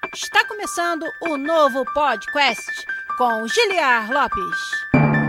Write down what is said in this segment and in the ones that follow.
Está começando o novo podcast com Giliar Lopes.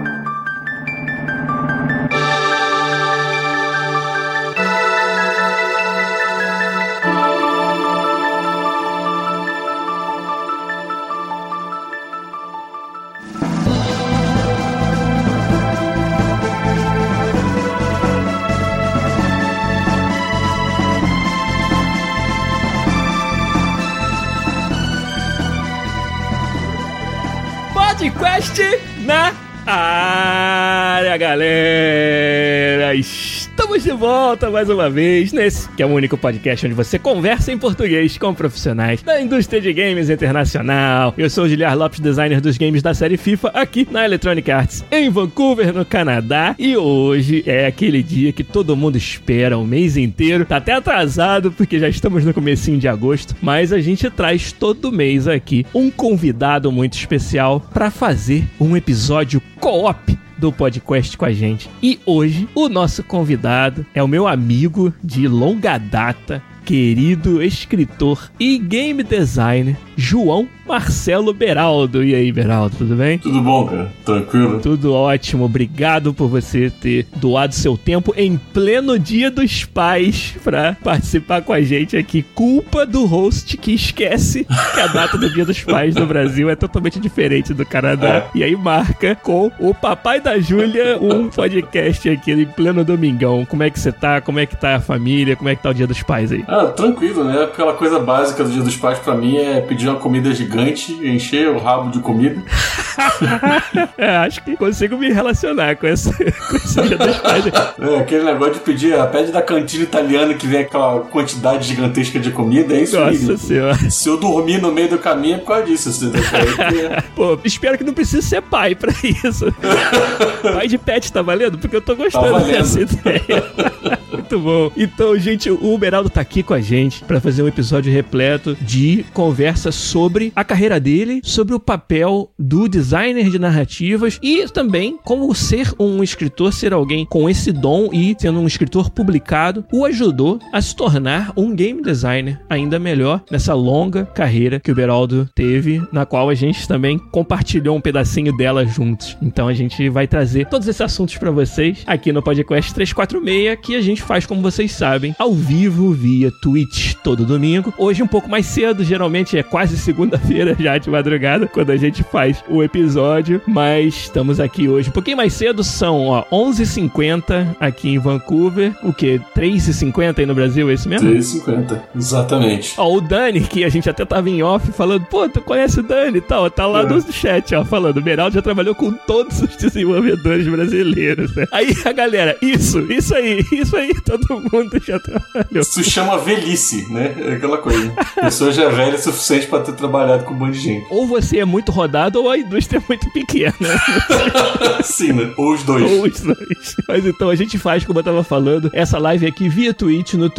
Podcast na área, galera! Estamos de volta mais uma vez nesse que é o único podcast onde você conversa em português com profissionais da indústria de games internacional. Eu sou o Giliar Lopes, designer dos games da série FIFA, aqui na Electronic Arts em Vancouver, no Canadá. E hoje é aquele dia que todo mundo espera o mês inteiro. Tá até atrasado porque já estamos no comecinho de agosto, mas a gente traz todo mês aqui um convidado muito especial para fazer um episódio co-op do podcast com a gente. E hoje o nosso convidado é o meu amigo de longa data, querido escritor e game designer, João Marcelo Beraldo. E aí, Beraldo, tudo bem? Tudo bom, cara? Tranquilo? Tudo ótimo. Obrigado por você ter doado seu tempo em pleno Dia dos Pais pra participar com a gente aqui. Culpa do host que esquece que a data do Dia dos Pais no Brasil é totalmente diferente do Canadá. E aí marca com o papai da Júlia um podcast aqui em pleno domingão. Como é que você tá? Como é que tá a família? Como é que tá o Dia dos Pais aí? Tranquilo, né? Aquela coisa básica do Dia dos Pais pra mim é pedir uma comida gigante, encher o rabo de comida. Acho que consigo me relacionar com esse Dia dos Pais. Aquele negócio de pedir, pede da cantina italiana que vem aquela quantidade gigantesca de comida, é isso aí. Nossa senhora. Se eu dormir no meio do caminho é por causa disso. Pô, espero que não precise ser pai pra isso. Pai de pet tá valendo? Porque eu tô gostando dessa ideia. Muito bom. Então, gente, o Beraldo tá aqui com a gente pra fazer um episódio repleto de conversa sobre a carreira dele, sobre o papel do designer de narrativas e também como ser um escritor, ser alguém com esse dom e sendo um escritor publicado, o ajudou a se tornar um game designer ainda melhor nessa longa carreira que o Beraldo teve, na qual a gente também compartilhou um pedacinho dela juntos. Então a gente vai trazer todos esses assuntos pra vocês aqui no podcast 346, que a gente faz, como vocês sabem, ao vivo via Twitch todo domingo. Hoje um pouco mais cedo, geralmente é quase segunda-feira já de madrugada, quando a gente faz o episódio, mas estamos aqui hoje um pouquinho mais cedo, são 11h50 aqui em Vancouver, o que? 3h50 aí no Brasil, é isso mesmo? 3h50, exatamente. O Dani, que a gente até tava em off falando, pô, tu conhece o Dani e tal, tá lá no chat, falando, o Beraldo já trabalhou com todos os desenvolvedores brasileiros, né? Aí a galera, isso aí, todo mundo já trabalhou. Isso chama velhice, né? É aquela coisa. A pessoa já é velha o suficiente pra ter trabalhado com um monte de gente. Ou você é muito rodado ou a indústria é muito pequena. Sim, né? Ou os dois. Mas então a gente faz, como eu tava falando, essa live aqui via Twitch, no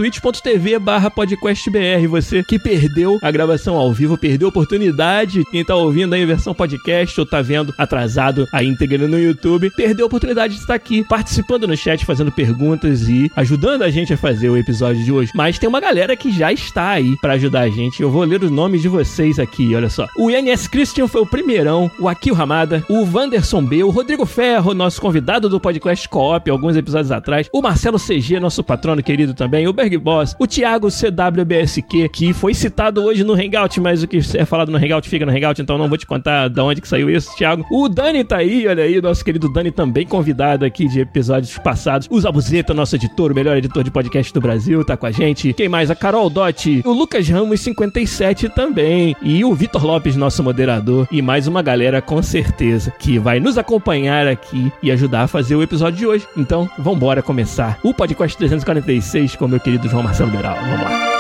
twitch.tv/podcastbr. Você que perdeu a gravação ao vivo, perdeu a oportunidade, quem tá ouvindo aí em versão podcast ou tá vendo atrasado a íntegra no YouTube, perdeu a oportunidade de estar aqui participando no chat, fazendo perguntas e ajudando a gente a fazer o episódio de hoje. Mas tem uma galera que já está aí pra ajudar a gente. Eu vou ler os nomes de vocês aqui, olha só. O INS Christian foi o primeirão, o Akil Ramada, o Wanderson B, o Rodrigo Ferro, nosso convidado do podcast Co-op alguns episódios atrás, o Marcelo CG, nosso patrono querido também, o Berg Boss, o Thiago CWBSQ, que foi citado hoje no Hangout, mas o que é falado no Hangout fica no Hangout, então não vou te contar de onde que saiu isso, Thiago. O Dani tá aí, olha aí, nosso querido Dani também convidado aqui de episódios passados. O Zabuzeta, nosso editor, o melhor editor de podcast do Brasil, tá com a gente. Quem mais? A Carol Dotti, o Lucas Ramos 57 também, e o Vitor Lopes, nosso moderador, e mais uma galera com certeza que vai nos acompanhar aqui e ajudar a fazer o episódio de hoje. Então, vambora começar o podcast 346 com o meu querido João Marcelo Beraldo. Vamos lá.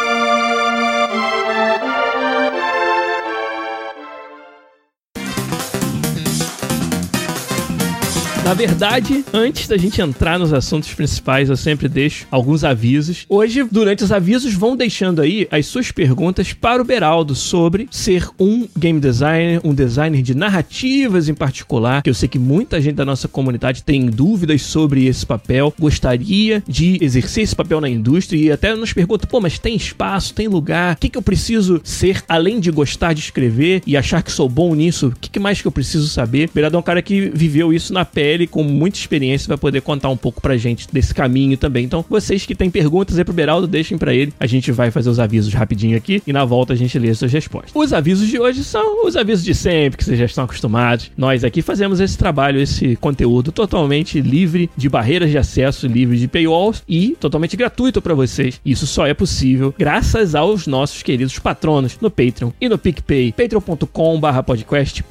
Na verdade, antes da gente entrar nos assuntos principais, eu sempre deixo alguns avisos. Hoje, durante os avisos, vão deixando aí as suas perguntas para o Beraldo sobre ser um game designer, um designer de narrativas em particular, que eu sei que muita gente da nossa comunidade tem dúvidas sobre esse papel, gostaria de exercer esse papel na indústria e até nos pergunta, pô, mas tem espaço, tem lugar, o que eu preciso ser, além de gostar de escrever e achar que sou bom nisso, o que mais que eu preciso saber? O Beraldo é um cara que viveu isso na pele, com muita experiência, vai poder contar um pouco pra gente desse caminho também. Então, vocês que têm perguntas aí pro Beraldo, deixem pra ele. A gente vai fazer os avisos rapidinho aqui e na volta a gente lê as suas respostas. Os avisos de hoje são os avisos de sempre, que vocês já estão acostumados. Nós aqui fazemos esse trabalho, esse conteúdo totalmente livre de barreiras de acesso, livre de paywalls e totalmente gratuito pra vocês. Isso só é possível graças aos nossos queridos patronos no Patreon e no PicPay. patreon.com/podcast,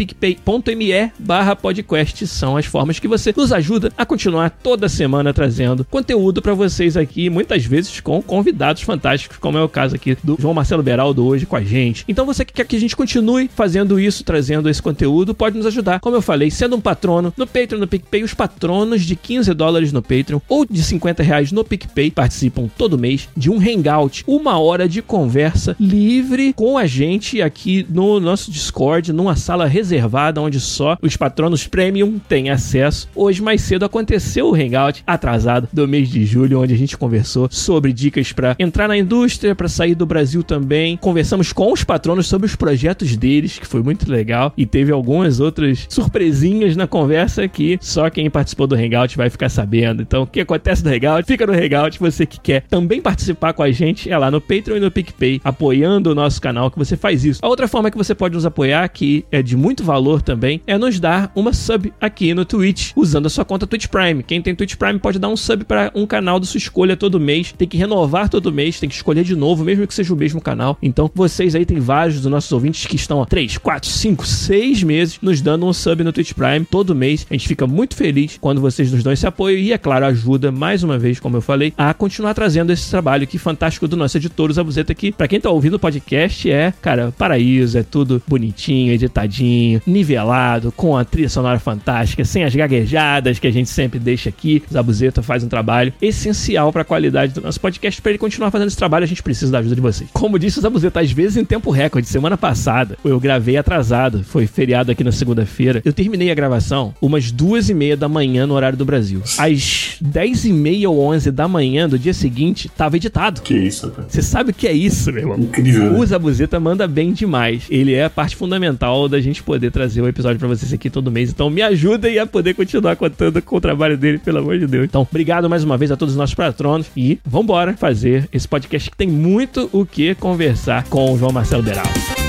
picpay.me/podcast são as formas que você nos ajuda a continuar toda semana trazendo conteúdo pra vocês aqui, muitas vezes com convidados fantásticos, como é o caso aqui do João Marcelo Beraldo hoje com a gente. Então você que quer que a gente continue fazendo isso, trazendo esse conteúdo, pode nos ajudar, como eu falei, sendo um patrono no Patreon, no PicPay. Os patronos de $15 no Patreon ou de R$50 no PicPay participam todo mês de um hangout, 1 hora de conversa livre com a gente aqui no nosso Discord, numa sala reservada onde só os patronos premium têm acesso. Hoje, mais cedo, aconteceu o hangout atrasado do mês de julho, onde a gente conversou sobre dicas para entrar na indústria, para sair do Brasil também. Conversamos com os patronos sobre os projetos deles, que foi muito legal, e teve algumas outras surpresinhas na conversa que só quem participou do hangout vai ficar sabendo. Então, o que acontece no hangout, fica no hangout. Você que quer também participar com a gente, é lá no Patreon e no PicPay, apoiando o nosso canal, que você faz isso. A outra forma que você pode nos apoiar, que é de muito valor também, é nos dar uma sub aqui no Twitch, usando a sua conta Twitch Prime. Quem tem Twitch Prime pode dar um sub para um canal da sua escolha todo mês, tem que renovar todo mês, tem que escolher de novo, mesmo que seja o mesmo canal. Então, vocês aí, tem vários dos nossos ouvintes que estão há 3, 4, 5, 6 meses nos dando um sub no Twitch Prime todo mês. A gente fica muito feliz quando vocês nos dão esse apoio e, é claro, ajuda, mais uma vez, como eu falei, a continuar trazendo esse trabalho aqui fantástico do nosso editor, o Zabuzeta, que, pra quem tá ouvindo o podcast, é, cara, paraíso, é tudo bonitinho, editadinho, nivelado, com a trilha sonora fantástica, sem as gaguejadas que a gente sempre deixa aqui. O Zabuzeta faz um trabalho essencial pra qualidade do nosso podcast. Pra ele continuar fazendo esse trabalho, a gente precisa da ajuda de vocês. Como disse o Zabuzeta, às vezes em tempo recorde. Semana passada, eu gravei atrasado, foi feriado aqui na segunda-feira. Eu terminei a gravação umas 2:30 da manhã no horário do Brasil. Às 10:30 ou 11 da manhã do dia seguinte, tava editado. Que isso, cara? Você sabe o que é isso, meu irmão? Incrível, né? O Zabuzeta manda bem demais. Ele é a parte fundamental da gente poder trazer um episódio pra vocês aqui todo mês. Então me ajudem a poder continuar contando com o trabalho dele, pelo amor de Deus. Então, obrigado mais uma vez a todos os nossos patronos e vambora fazer esse podcast que tem muito o que conversar com o João Marcelo Beraldo.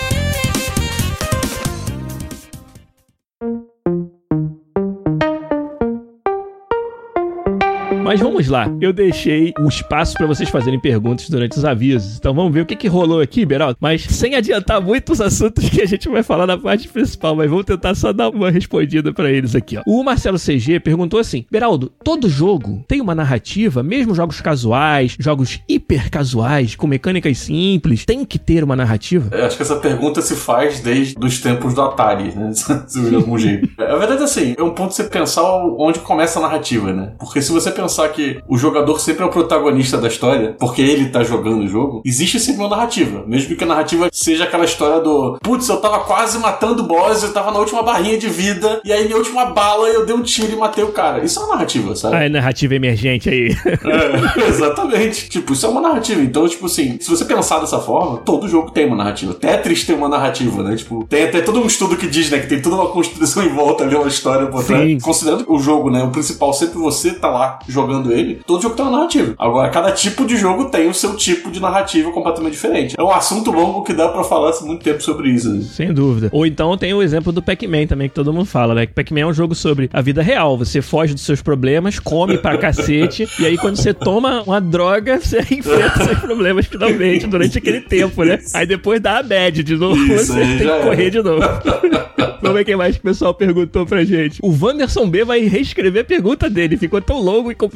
Mas vamos lá, eu deixei o espaço pra vocês fazerem perguntas durante os avisos. Então vamos ver o que rolou aqui, Beraldo. Mas sem adiantar muito os assuntos que a gente vai falar na parte principal, mas vamos tentar só dar uma respondida pra eles aqui, ó. O Marcelo CG perguntou assim: Beraldo, todo jogo tem uma narrativa, mesmo jogos casuais, jogos hiper casuais, com mecânicas simples, tem que ter uma narrativa? Eu acho que essa pergunta se faz desde os tempos do Atari, né? De algum jeito. A verdade é assim, é um ponto de você pensar onde começa a narrativa, né? Porque se você pensar que o jogador sempre é o protagonista da história, porque ele tá jogando o jogo, existe sempre uma narrativa. Mesmo que a narrativa seja aquela história do putz, eu tava quase matando o boss, eu tava na última barrinha de vida, e aí minha última bala eu dei um tiro e matei o cara. Isso é uma narrativa, sabe? Ah, é narrativa emergente aí. É, exatamente. Tipo, isso é uma narrativa. Então, tipo assim, se você pensar dessa forma, todo jogo tem uma narrativa. Tetris tem uma narrativa, né? Tipo, tem até todo um estudo que diz, né, que tem toda uma construção em volta ali, uma história por trás. Considerando o jogo, né, o principal sempre você tá lá jogando ele, todo jogo tem uma narrativa. Agora, cada tipo de jogo tem o seu tipo de narrativa completamente diferente. É um assunto longo que dá pra falar muito tempo sobre isso. Né? Sem dúvida. Ou então tem o exemplo do Pac-Man também, que todo mundo fala, né? Que Pac-Man é um jogo sobre a vida real. Você foge dos seus problemas, come pra cacete, e aí quando você toma uma droga, você enfrenta seus problemas finalmente durante aquele tempo, né? Aí depois dá a bad de novo, isso, você tem que correr de novo. Vamos ver quem mais que o pessoal perguntou pra gente. O Wanderson B vai reescrever a pergunta dele. Ficou tão longo e complicado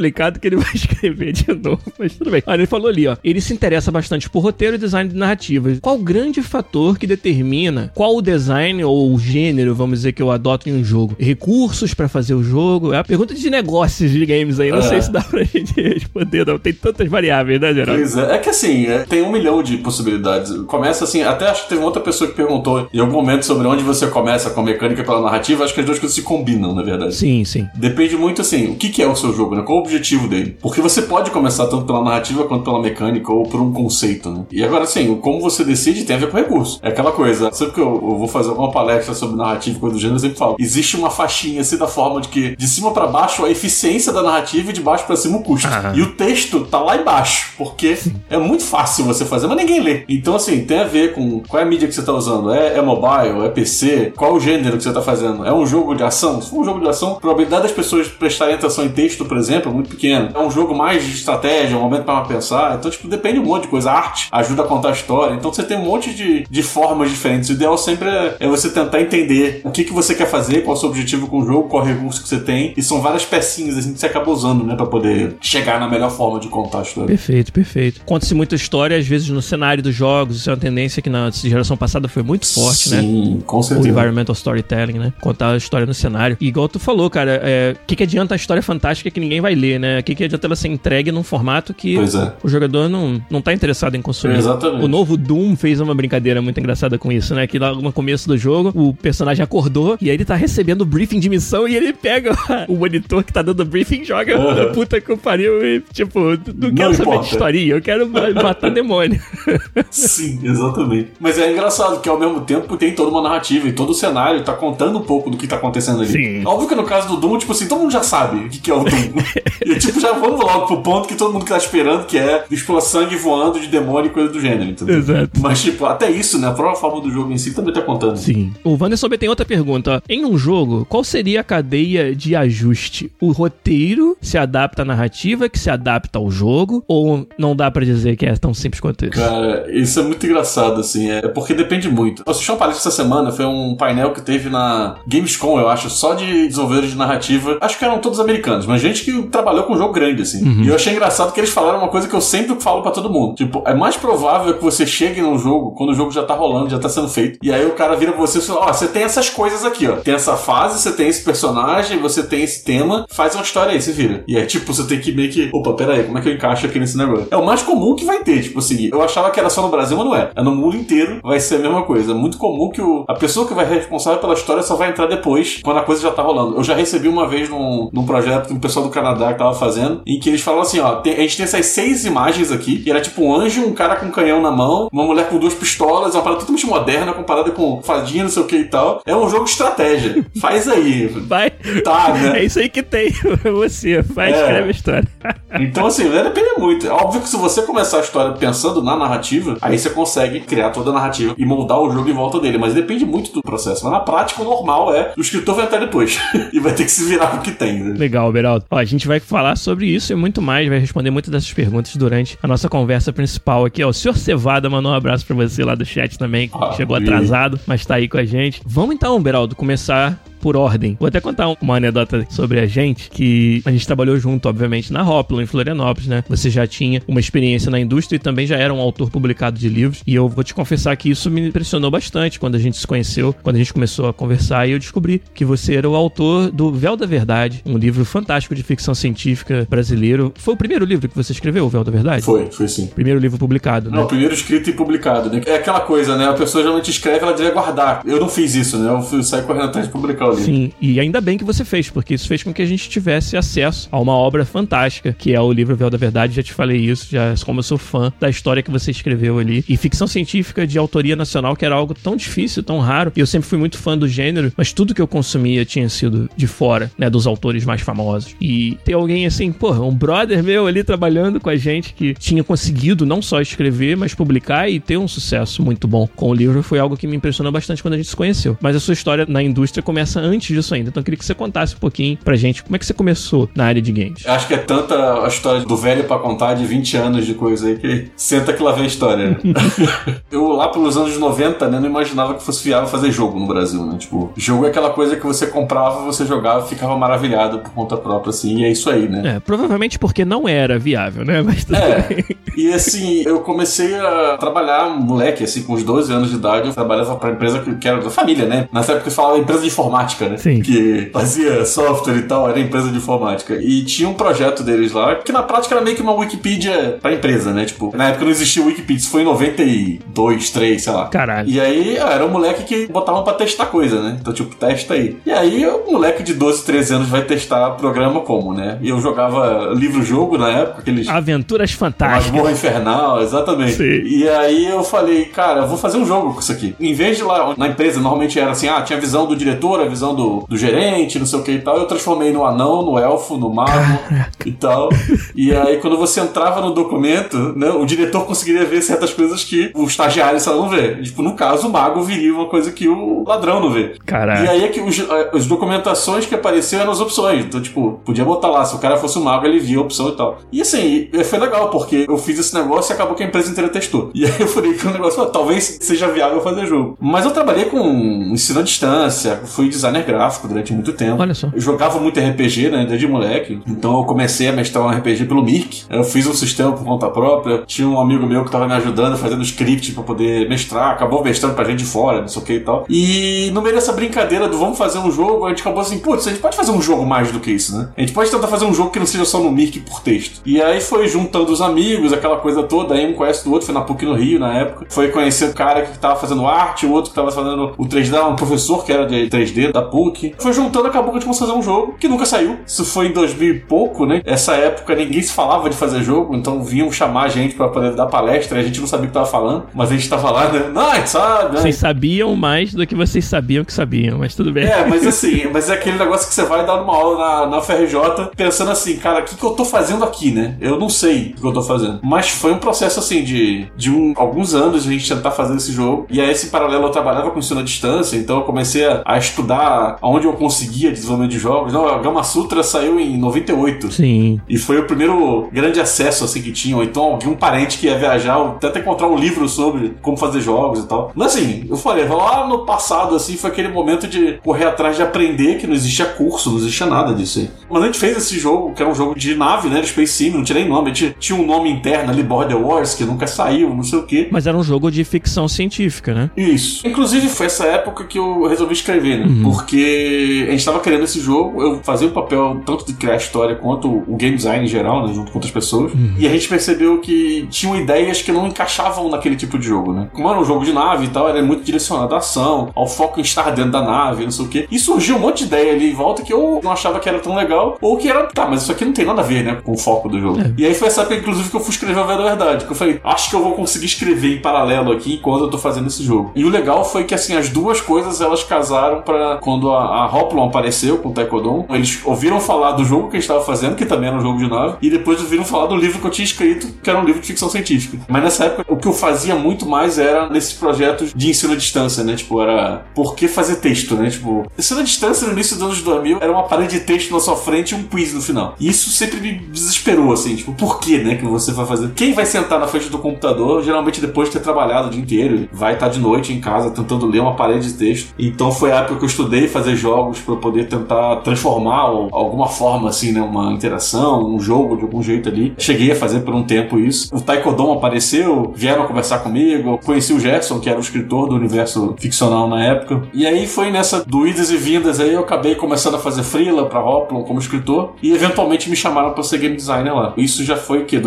complicado que ele vai escrever de novo, mas tudo bem. Olha, ele falou ali, ó, ele se interessa bastante por roteiro e design de narrativas. Qual o grande fator que determina qual o design ou o gênero, vamos dizer, que eu adoto em um jogo? Recursos pra fazer o jogo? É a pergunta de negócios de games aí, não sei se dá pra gente responder, não. Tem tantas variáveis, né, Geraldo? Pois é, que assim, tem 1 milhão de possibilidades. Começa assim, até acho que teve uma outra pessoa que perguntou em algum momento sobre onde você começa com a mecânica pela narrativa, acho que as duas coisas se combinam, na verdade. Sim, sim. Depende muito, assim, o que é o seu jogo, né? Qual o objetivo dele? Porque você pode começar tanto pela narrativa quanto pela mecânica ou por um conceito, né? E agora, assim, como você decide tem a ver com recurso. É aquela coisa, sempre que eu vou fazer alguma palestra sobre narrativa e coisa do gênero, eu sempre falo, existe uma faixinha assim da forma de que de cima pra baixo a eficiência da narrativa e de baixo pra cima o custo. E o texto tá lá embaixo, porque é muito fácil você fazer, mas ninguém lê. Então, assim, tem a ver com qual é a mídia que você tá usando. É mobile? É PC? Qual o gênero que você tá fazendo? É um jogo de ação? Se for um jogo de ação, a probabilidade das pessoas prestarem atenção em texto, por exemplo, é muito pequena. É um jogo mais de estratégia, um momento pra pensar. Então, tipo, depende um monte de coisa. A arte ajuda a contar a história. Então, você tem um monte de formas diferentes. O ideal sempre é você tentar entender o que você quer fazer, qual é o seu objetivo com o jogo, qual é o recurso que você tem. E são várias pecinhas, assim, que você acaba usando, né, pra poder chegar na melhor forma de contar a história. Perfeito, perfeito. Conta-se muita história, às vezes, no cenário dos jogos. Isso é uma tendência que na geração passada foi muito forte, né? Sim, com certeza. O environmental storytelling, né? Contar a história no cenário. E igual tu falou, cara, o que adianta a história fantástica que ninguém vai ler, né? O que adianta ela ser entregue num formato que o jogador não tá interessado em consumir. Exatamente. O novo Doom fez uma brincadeira muito engraçada com isso, né? Que lá no começo do jogo, o personagem acordou e aí ele tá recebendo o briefing de missão e ele pega o monitor que tá dando briefing e joga da puta que eu pariu e, tipo, não quero saber de historinha, eu quero matar demônio. Sim, exatamente. Mas é engraçado que ao mesmo tempo tem toda uma narrativa e todo o cenário tá contando um pouco do que tá acontecendo ali. Sim. Óbvio que no caso do Doom, tipo assim, todo mundo já sabe o que é o Doom. E tipo, já vamos logo pro ponto que todo mundo que tá esperando, que é explorar sangue voando de demônio e coisa do gênero, entendeu? Exato. Mas tipo, até isso, né, a própria forma do jogo em si também tá contando. Sim. O Wanderson tem outra pergunta. Em um jogo, qual seria a cadeia de ajuste? O roteiro se adapta à narrativa, que se adapta ao jogo, ou não dá pra dizer que é tão simples quanto isso? Cara, isso é muito engraçado, assim, é porque depende muito. Eu assisti uma palestra essa semana, foi um painel que teve na Gamescom, eu acho, só de desenvolvedores de narrativa. Acho que eram todos americanos, mas gente que trabalhou com um jogo grande, assim. E eu achei engraçado que eles falaram uma coisa que eu sempre falo pra todo mundo. Tipo, é mais provável que você chegue num jogo quando o jogo já tá rolando, já tá sendo feito, e aí o cara vira pra você e fala, você tem essas coisas aqui, ó. Tem essa fase, você tem esse personagem, você tem esse tema, faz uma história aí, se vira. E aí, tipo, você tem que meio que, opa, pera aí, como é que eu encaixo aqui nesse negócio? É o mais comum que vai ter, tipo assim, eu achava que era só no Brasil, mas não é. É no mundo inteiro, vai ser a mesma coisa. É muito comum que a pessoa que vai ser responsável pela história só vai entrar depois, quando a coisa já tá rolando. Eu já recebi uma vez num projeto que um pessoal do Canadá que tava fazendo, em que eles falaram assim, ó, a gente tem essas 6 imagens aqui, e era tipo um anjo, um cara com um canhão na mão, uma mulher com 2 pistolas, uma parada totalmente moderna, comparada com fadinha, não sei o que e tal. É um jogo de estratégia. Faz aí. Vai. Tá, né? É isso aí que tem. Você vai, escreve a história. Então, assim, depende muito. É óbvio que se você começar a história pensando na narrativa, aí você consegue criar toda a narrativa e moldar o jogo em volta dele. Mas depende muito do processo. Mas na prática, o normal é o escritor vai até depois. E vai ter que se virar com o que tem, né? Legal, Beraldo. Ó, a gente vai falar sobre isso e muito mais. Vai responder muitas dessas perguntas durante a nossa conversa principal aqui. Ó, o Sr. Cevada mandou um abraço pra você lá do chat também. Chegou atrasado, mas tá aí com a gente. Vamos então, Beraldo, começar por ordem. Vou até contar uma anedota sobre a gente, que a gente trabalhou junto, obviamente, na Hoplon, em Florianópolis, né? Você já tinha uma experiência na indústria e também já era um autor publicado de livros. E eu vou te confessar que isso me impressionou bastante quando a gente se conheceu, quando a gente começou a conversar e eu descobri que você era o autor do Véu da Verdade, um livro fantástico de ficção científica brasileiro. Foi o primeiro livro que você escreveu, o Véu da Verdade? Foi sim. Primeiro livro publicado, né? Não, primeiro escrito e publicado, né? É aquela coisa, né? A pessoa geralmente escreve, ela devia guardar. Eu não fiz isso, né? Eu saí correndo atrás de publicar o livro. Sim, e ainda bem que você fez, porque isso fez com que a gente tivesse acesso a uma obra fantástica, que é o livro Véu da Verdade. Já te falei isso, já como eu sou fã da história que você escreveu ali. E ficção científica de autoria nacional, que era algo tão difícil, tão raro. E eu sempre fui muito fã do gênero, mas tudo que eu consumia tinha sido de fora, né, dos autores mais famosos. E ter alguém assim, porra, um brother meu ali trabalhando com a gente, que tinha conseguido não só escrever, mas publicar e ter um sucesso muito bom com o livro, foi algo que me impressionou bastante quando a gente se conheceu. Mas a sua história na indústria começa começa antes disso ainda. Então eu queria que você contasse um pouquinho pra gente como é que você começou na área de games. Acho que é tanta a história do velho pra contar de 20 anos de coisa aí que senta que lá vem a história. Né? Eu lá pelos anos 90, né, não imaginava que fosse viável fazer jogo no Brasil, né? Tipo, jogo é aquela coisa que você comprava, você jogava e ficava maravilhado por conta própria, assim, e é isso aí, né? Provavelmente porque não era viável, né? Mas tudo bem. E assim, eu comecei a trabalhar, moleque, assim, com uns 12 anos de idade, eu trabalhava pra empresa que era da família, né? Nessa época eu falava empresa de informática, né? Sim. Que fazia software e tal, era empresa de informática. E tinha um projeto deles lá, que na prática era meio que uma Wikipedia pra empresa, né? Tipo, na época não existia o Wikipedia, isso foi em 92, 3, sei lá. Caralho. E aí, era um moleque que botavam pra testar coisa, né? Então, tipo, testa aí. E aí, o moleque de 12, 13 anos vai testar programa como, né? E eu jogava livro-jogo na época, aqueles... Aventuras Fantásticas. Masmorra Infernal, exatamente. Sim. E aí eu falei, cara, eu vou fazer um jogo com isso aqui. Em vez de lá, na empresa, normalmente era assim, tinha a visão do diretor, a visão do gerente, não sei o que e tal. Eu transformei no anão, no elfo, no mago e tal. E aí, quando você entrava no documento, né, o diretor conseguiria ver certas coisas que o estagiário só não vê. Tipo, no caso, o mago viria uma coisa que o ladrão não vê. Caralho. E aí é que as documentações que apareciam eram as opções. Então, tipo, podia botar lá, se o cara fosse o mago, ele via a opção e tal. E assim, foi legal, porque eu fiz esse negócio e acabou que a empresa inteira testou. E aí eu falei que o negócio, talvez seja viável fazer jogo. Mas eu trabalhei com ensino à distância, fui designer gráfico durante muito tempo. Olha só. Eu jogava muito RPG, né, desde moleque. Então eu comecei a mestrar um RPG pelo Mirk. Eu fiz um sistema por conta própria. Tinha um amigo meu que tava me ajudando, fazendo script pra poder mestrar. Acabou mestrando pra gente de fora, não sei o que e tal. E no meio dessa brincadeira do vamos fazer um jogo, a gente acabou assim, putz, a gente pode fazer um jogo mais do que isso, né? A gente pode tentar fazer um jogo que não seja só no Mirk por texto. E aí foi juntando os amigos, aquela coisa toda, aí um conhece do outro, foi na PUC no Rio na época. Foi conhecer o cara que tava fazendo arte, o outro que tava fazendo o 3D, um professor que era de 3D da PUC. Foi juntando, acabou que a gente começou a fazer um jogo que nunca saiu. Isso foi em 2000 e pouco, né? Essa época ninguém se falava de fazer jogo, então vinham chamar a gente pra poder dar palestra, a gente não sabia o que tava falando, mas a gente tava lá, né? Não, a gente sabe, né? Vocês sabiam mais do que vocês sabiam que sabiam, mas tudo bem. Mas assim, mas é aquele negócio que você vai dar uma aula na FRJ pensando assim, cara, o que eu tô fazendo aqui, né? Eu não sei o que eu tô fazendo. Mas foi um processo assim de alguns anos a gente tentar fazer esse jogo. E aí, esse paralelo, eu trabalhava com ensino à distância, então eu comecei a estudar onde eu conseguia desenvolvimento de jogos. Então, a Gama Sutra saiu em 98. Sim. E foi o primeiro grande acesso assim que tinha. Ou então algum parente que ia viajar, ou tenta encontrar um livro sobre como fazer jogos e tal. Mas assim, eu falei, lá no passado assim, foi aquele momento de correr atrás de aprender, que não existia curso, não existia nada disso aí. Mas a gente fez esse jogo, que era um jogo de nave, né? De Space Sim, não tinha nem nome. A gente tinha um nome interno ali, Border Wars, que nunca saiu, não sei o quê. Mas era um jogo de ficção científica, né? Isso. Inclusive, foi essa época que eu resolvi escrever, né? Porque a gente tava querendo esse jogo, eu fazia o papel tanto de criar a história quanto o game design em geral, né? Junto com outras pessoas. E a gente percebeu que tinham ideias que não encaixavam naquele tipo de jogo, né? Como era um jogo de nave e tal, era muito direcionado à ação, ao foco em estar dentro da nave, não sei o quê. E surgiu um monte de ideia ali em volta que eu não achava que era tão legal, ou que era, mas isso aqui não tem nada a ver, né? Com o foco do jogo. E aí foi essa época, inclusive, que eu fui escrever a verdade. Que eu falei, acho que eu vou conseguir escrever em paralelo aqui enquanto eu tô fazendo esse jogo. E o legal foi que, assim, as duas coisas, elas casaram pra quando a Hoplon apareceu com o Taekwondo. Eles ouviram falar do jogo que a gente tava fazendo, que também era um jogo de nave, e depois ouviram falar do livro que eu tinha escrito, que era um livro de ficção científica. Mas nessa época, o que eu fazia muito mais era nesses projetos de ensino à distância, né? Tipo, era por que fazer texto, né? Tipo, ensino à distância no início dos anos 2000 era uma parede de texto na sua frente e um quiz no final. E isso sempre me desesperou, assim, tipo, por que, né, que você vai fazer? Quem vai sentar na frente do computador, geralmente depois de ter trabalhado o dia inteiro, vai estar de noite em casa tentando ler uma parede de texto. Então foi a época que eu estudei fazer jogos pra poder tentar transformar alguma forma, assim, né, uma interação, um jogo de algum jeito ali. Cheguei a fazer por um tempo isso. O Taekwondo apareceu, vieram conversar comigo, conheci o Gerson, que era o escritor do universo ficcional na época. E aí foi nessa do idas e vindas aí, eu acabei começando a fazer freela pra Hoplon como escritor e eventualmente me chamaram pra ser game designer lá. Isso já foi o quê?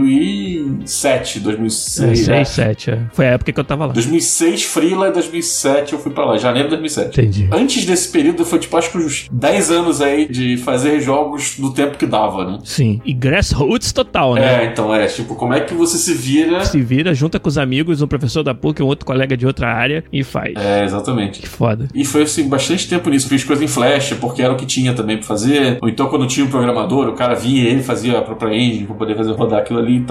2007, 2006. 2007, Foi a época que eu tava lá. 2006 freela e 2007 eu fui pra lá, janeiro de 2007. Entendi. Antes desse período foi tipo acho que uns 10 anos aí de fazer jogos no tempo que dava, né? Sim. E grassroots total, né? Então tipo, como é que você se vira? Se vira, junta com os amigos, um professor da PUC, um outro colega de outra área e faz. Exatamente. Que foda. E foi assim, bastante tempo nisso. Fiz coisa em Flash, porque era o que tinha também pra fazer. Ou então quando tinha um programador, o cara vinha e ele fazia a própria engine pra poder fazer rodar aquilo ali e tal.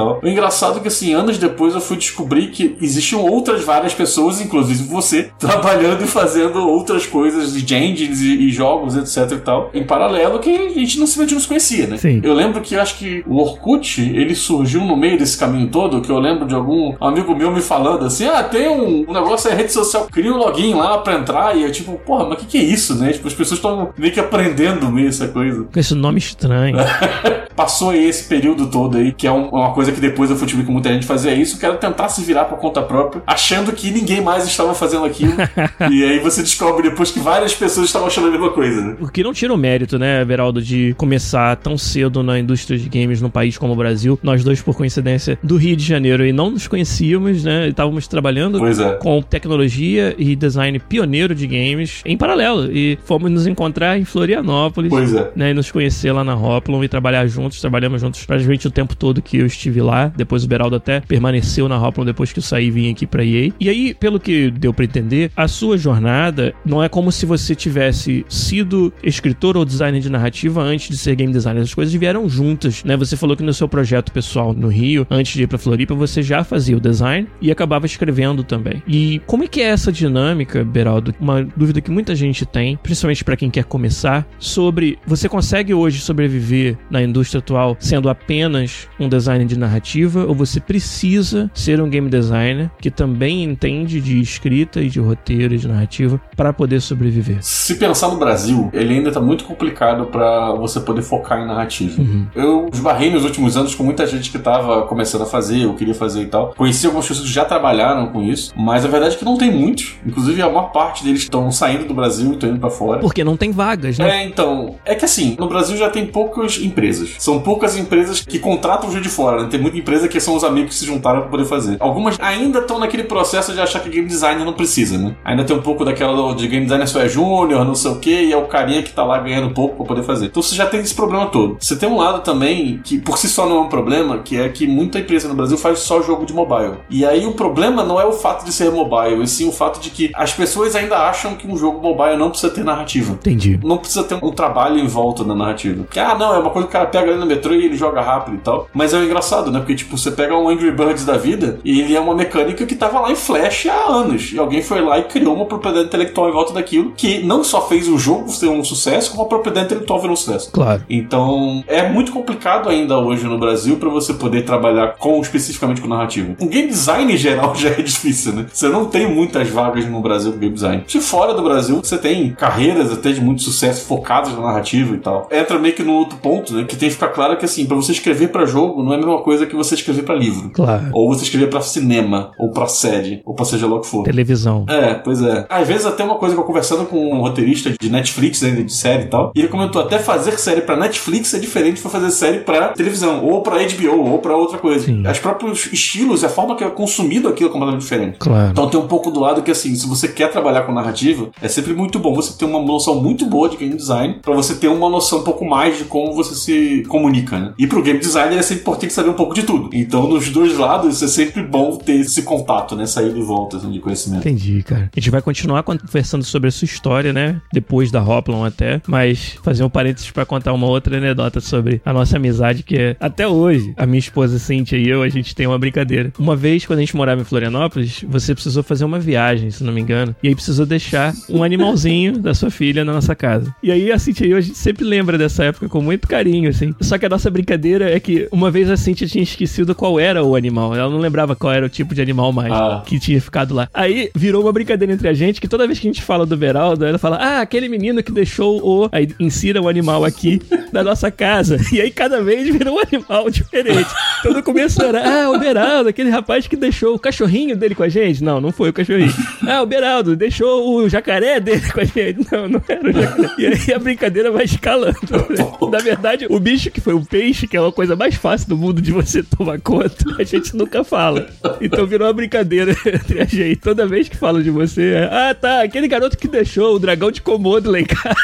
tal. O engraçado é que, assim, anos depois eu fui descobrir que existiam outras várias pessoas, inclusive você, trabalhando e fazendo outras coisas de engines e jogos, etc e tal, em paralelo, que a gente não se conhecia, né? Sim. Eu lembro que acho que o Orkut, ele surgiu no meio desse caminho todo, que eu lembro de algum amigo meu me falando assim, tem um negócio aí, rede social, cria um login lá pra entrar, e eu tipo, porra, mas que é isso, né? Tipo, as pessoas estão meio que aprendendo meio essa coisa. Com esse nome estranho. Passou aí esse período todo aí, que é uma coisa que depois eu fui descobrir que muita gente fazia isso, que era tentar se virar por conta própria, achando que ninguém mais estava fazendo aquilo. E aí você descobre depois que várias pessoas estavam achando a mesma coisa, né? O que não tira o mérito, né, Beraldo, de começar tão cedo na indústria de games num país como o Brasil. Nós dois, por coincidência, do Rio de Janeiro, e não nos conhecíamos, né? Estávamos trabalhando com tecnologia e design pioneiro de games em paralelo. E fomos nos encontrar em Florianópolis, né? E nos conhecer lá na Hoplon e trabalhar juntos. Trabalhamos juntos praticamente o tempo todo que eu estive lá. Depois o Beraldo até permaneceu na Hoplon depois que eu saí e vim aqui pra EA. E aí, pelo que deu pra entender, a sua jornada não é como se você tivesse sido escritor ou designer de narrativa antes de ser game designer. As coisas vieram juntas, né? Você falou que no seu projeto pessoal no Rio, antes de ir pra Floripa, você já fazia o design e acabava escrevendo também. E como é que é essa dinâmica, Beraldo? Uma dúvida que muita gente tem, principalmente pra quem quer começar, sobre você consegue hoje sobreviver na indústria atual sendo apenas um designer de narrativa, ou você precisa ser um game designer que também entende de escrita e de roteiro e de narrativa para poder sobreviver? Se pensar no Brasil, ele ainda tá muito complicado pra você poder focar em narrativa. Eu esbarrei nos últimos anos com muita gente que tava começando a fazer, eu queria fazer e tal. Conheci algumas pessoas que já trabalharam com isso, mas a verdade é que não tem muitos. Inclusive, a maior parte deles estão saindo do Brasil e estão indo pra fora. Porque não tem vagas, né? Então, é que assim, no Brasil já tem poucas empresas. São poucas empresas que contratam gente de fora, né? Tem muita empresa que são os amigos que se juntaram pra poder fazer. Algumas ainda estão naquele processo de achar que game designer não precisa, né? Ainda tem um pouco daquela de game designer só é júnior, não sei o que, e é o carinha que tá lá ganhando pouco pra poder fazer. Então você já tem esse problema todo. Você tem um lado também, que por si só não é um problema, que é que muita empresa no Brasil faz só jogo de mobile. E aí o problema não é o fato de ser mobile, e sim o fato de que as pessoas ainda acham que um jogo mobile não precisa ter narrativa. Entendi. Não precisa ter um trabalho em volta da narrativa. Porque, não, é uma coisa que o cara pega ali no metrô e ele joga rápido e tal. Mas é engraçado, né? Porque, tipo, você pega um Angry Birds da vida e ele é uma mecânica que tava lá em Flash há anos. E alguém foi lá e criou uma propriedade intelectual em volta daquilo, que não só fez o jogo ser um sucesso, como a propriedade intelectual virou um sucesso. Claro. Então, é muito complicado ainda hoje no Brasil pra você poder trabalhar especificamente com narrativa. O game design em geral já é difícil, né? Você não tem muitas vagas no Brasil com game design. Se fora do Brasil, você tem carreiras até de muito sucesso focadas na narrativa e tal. Entra meio que no outro ponto, né? Que tem que ficar claro que, assim, pra você escrever pra jogo não é a mesma coisa que você escrever pra livro. Claro. Ou você escrever pra cinema, ou pra série, ou pra seja lá o que for. Televisão. Pois é. Às vezes até uma coisa que eu conversando com um roteirista de Netflix, ainda de série e tal, e ele comentou, até fazer série pra Netflix é diferente de fazer série pra televisão, ou pra HBO, ou pra outra coisa. Sim. Os próprios estilos e a forma que é consumido aquilo é completamente diferente. Claro. Então tem um pouco do lado que, assim, se você quer trabalhar com narrativa, é sempre muito bom você ter uma noção muito boa de game design, pra você ter uma noção um pouco mais de como você se comunica, né? E pro game designer é sempre importante saber um pouco de tudo. Então, nos dois lados, é sempre bom ter esse contato, né? Sair e volta, assim, de conhecimento. Entendi, cara. A gente vai continuar conversando sobre a sua história, né? Depois da Hoplon até, mas fazer um parênteses pra contar uma outra anedota sobre a nossa amizade, que é, até hoje, a minha esposa Cíntia e eu, a gente tem uma brincadeira. Uma vez, quando a gente morava em Florianópolis, você precisou fazer uma viagem, se não me engano, e aí precisou deixar um animalzinho da sua filha na nossa casa. E aí a Cíntia e eu, a gente sempre lembra dessa época com muito carinho, assim. Só que a nossa brincadeira é que uma vez a Cíntia tinha esquecido qual era o animal. Ela não lembrava qual era o tipo de animal mais que tinha ficado lá. Aí virou uma brincadeira entre a gente, que toda vez que a gente fala do Beraldo, ela fala, aquele menino que deixou aí insira um animal aqui na nossa casa. E aí cada vez virou um animal diferente. Então no começo era, o Beraldo, aquele rapaz que deixou o cachorrinho dele com a gente. Não foi o cachorrinho. O Beraldo deixou o jacaré dele com a gente. Não era o jacaré. E aí a brincadeira vai escalando. Na verdade, o bicho que foi o peixe, que é uma coisa mais fácil do mundo de você tomar conta, a gente nunca fala. Então virou uma brincadeira entre a gente. Toda vez que falo de você, aquele garoto que deixou o dragão de Komodo lá em casa.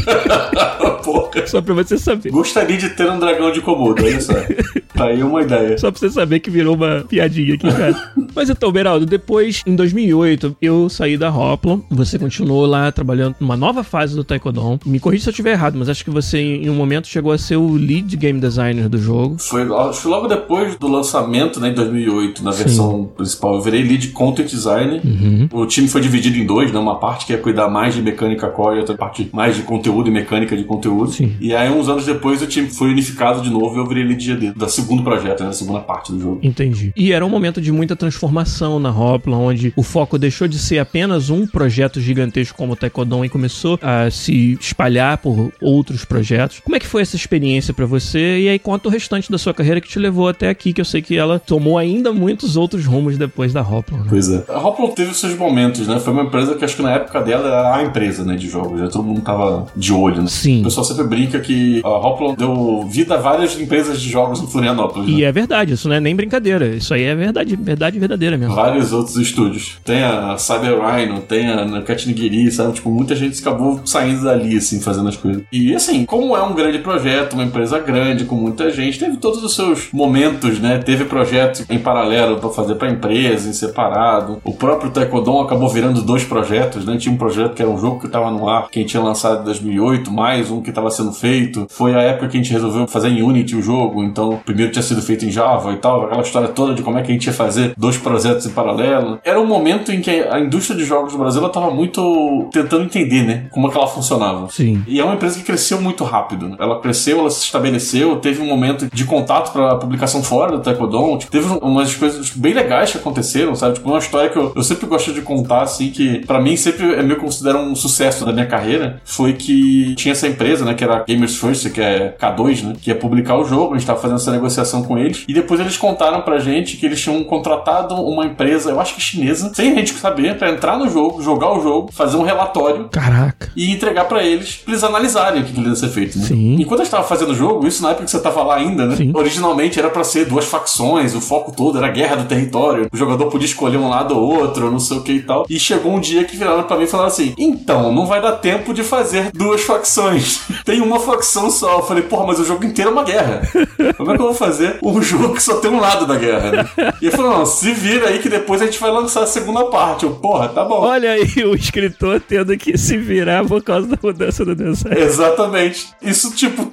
Porra. Só pra você saber. Gostaria de ter um dragão de Komodo, olha só. Tá aí uma ideia. Só pra você saber que virou uma piadinha aqui, cara. Mas então, Beraldo, depois, em 2008, eu saí da Hoplon. Você continuou lá trabalhando numa nova fase do Taekwondo. Me corrija se eu estiver errado, mas acho que você, em um momento, chegou a ser o lead game designer do jogo. Foi logo depois do lançamento, né, em 2008, na versão principal, eu virei lead content designer. O time foi dividido em dois, né? Uma parte que ia cuidar mais de mecânica core e outra parte mais de conteúdo e mecânica de conteúdo. Sim. E aí, uns anos depois, o time foi unificado de novo e eu virei lead GD, da segundo projeto, né? Da segunda parte do jogo. Entendi. E era um momento de muita transformação na Hoplon, onde o foco deixou de ser apenas um projeto gigantesco como o Taekwondo e começou a se espalhar por outros projetos. Como é que foi essa experiência pra você? E aí conta o restante da sua carreira que te levou até aqui, que eu sei que ela tomou ainda muitos outros rumos depois da Hoplon, né? Pois é. A Hoplon teve os seus momentos, né? Foi uma empresa que acho que na época dela era a empresa, né, de jogos. Já todo mundo tava de olho, né? Sim. O pessoal sempre brinca que a Hoplon deu vida a várias empresas de jogos em Florianópolis, né? E é verdade, isso não é nem brincadeira. Isso aí é verdade verdadeira mesmo. Vários outros estúdios. Tem a Cyber Rhino, tem a Cat Nigiri, sabe? Tipo, muita gente acabou saindo dali, assim, fazendo as coisas. E, assim, como é um grande projeto, uma empresa grande, com muita gente, teve todos os seus momentos, né? Teve projetos em paralelo pra fazer pra empresa, em separado. O próprio Taekwondo acabou virando dois projetos, né? Tinha um projeto que era um jogo que tava no ar, que a gente tinha lançado em 2008, mais um que tava sendo feito. Foi a época que a gente resolveu fazer em Unity o jogo, então o primeiro tinha sido feito em Java e tal, aquela história toda de como é que a gente ia fazer dois projetos em paralelo. Era um momento em que a indústria de jogos no Brasil, ela tava muito tentando entender, né? Como é que ela funcionava. Sim. E é uma empresa que cresceu muito rápido, né? Ela cresceu, ela se estabeleceu, teve um momento de contato pra publicação fora do Taekwondo, tipo, teve umas coisas bem legais que aconteceram, sabe? Tipo, uma história que eu sempre gosto de contar, assim, que pra mim sempre é meio que considero um sucesso da minha carreira, foi que tinha essa empresa, né, que era Gamers First, que é K2, né, que ia publicar o jogo, a gente tava fazendo essa negociação com eles, e depois eles contaram pra gente que eles tinham contratado uma empresa, eu acho que chinesa, sem a gente saber, pra entrar no jogo, jogar o jogo, fazer um relatório. Caraca. E entregar pra eles analisarem o que ia ser feito, né? Sim. Enquanto a gente tava fazendo o jogo, isso na época que você tava lá ainda, né? Sim. Originalmente era pra ser duas facções, o foco todo era a guerra do território, o jogador podia escolher um lado ou outro, não sei o que e tal. E chegou um dia que viraram pra mim e falaram assim: então, não vai dar tempo de fazer duas facções. Tem uma facção só. Eu falei, porra, mas o jogo inteiro é uma guerra. Como é que eu vou fazer um jogo que só tem um lado da guerra, né? E ele falou, não, se vira aí que depois a gente vai lançar a segunda parte. Eu, porra, tá bom. Olha aí o escritor tendo que se virar por causa da mudança do design. Exatamente. Isso, tipo,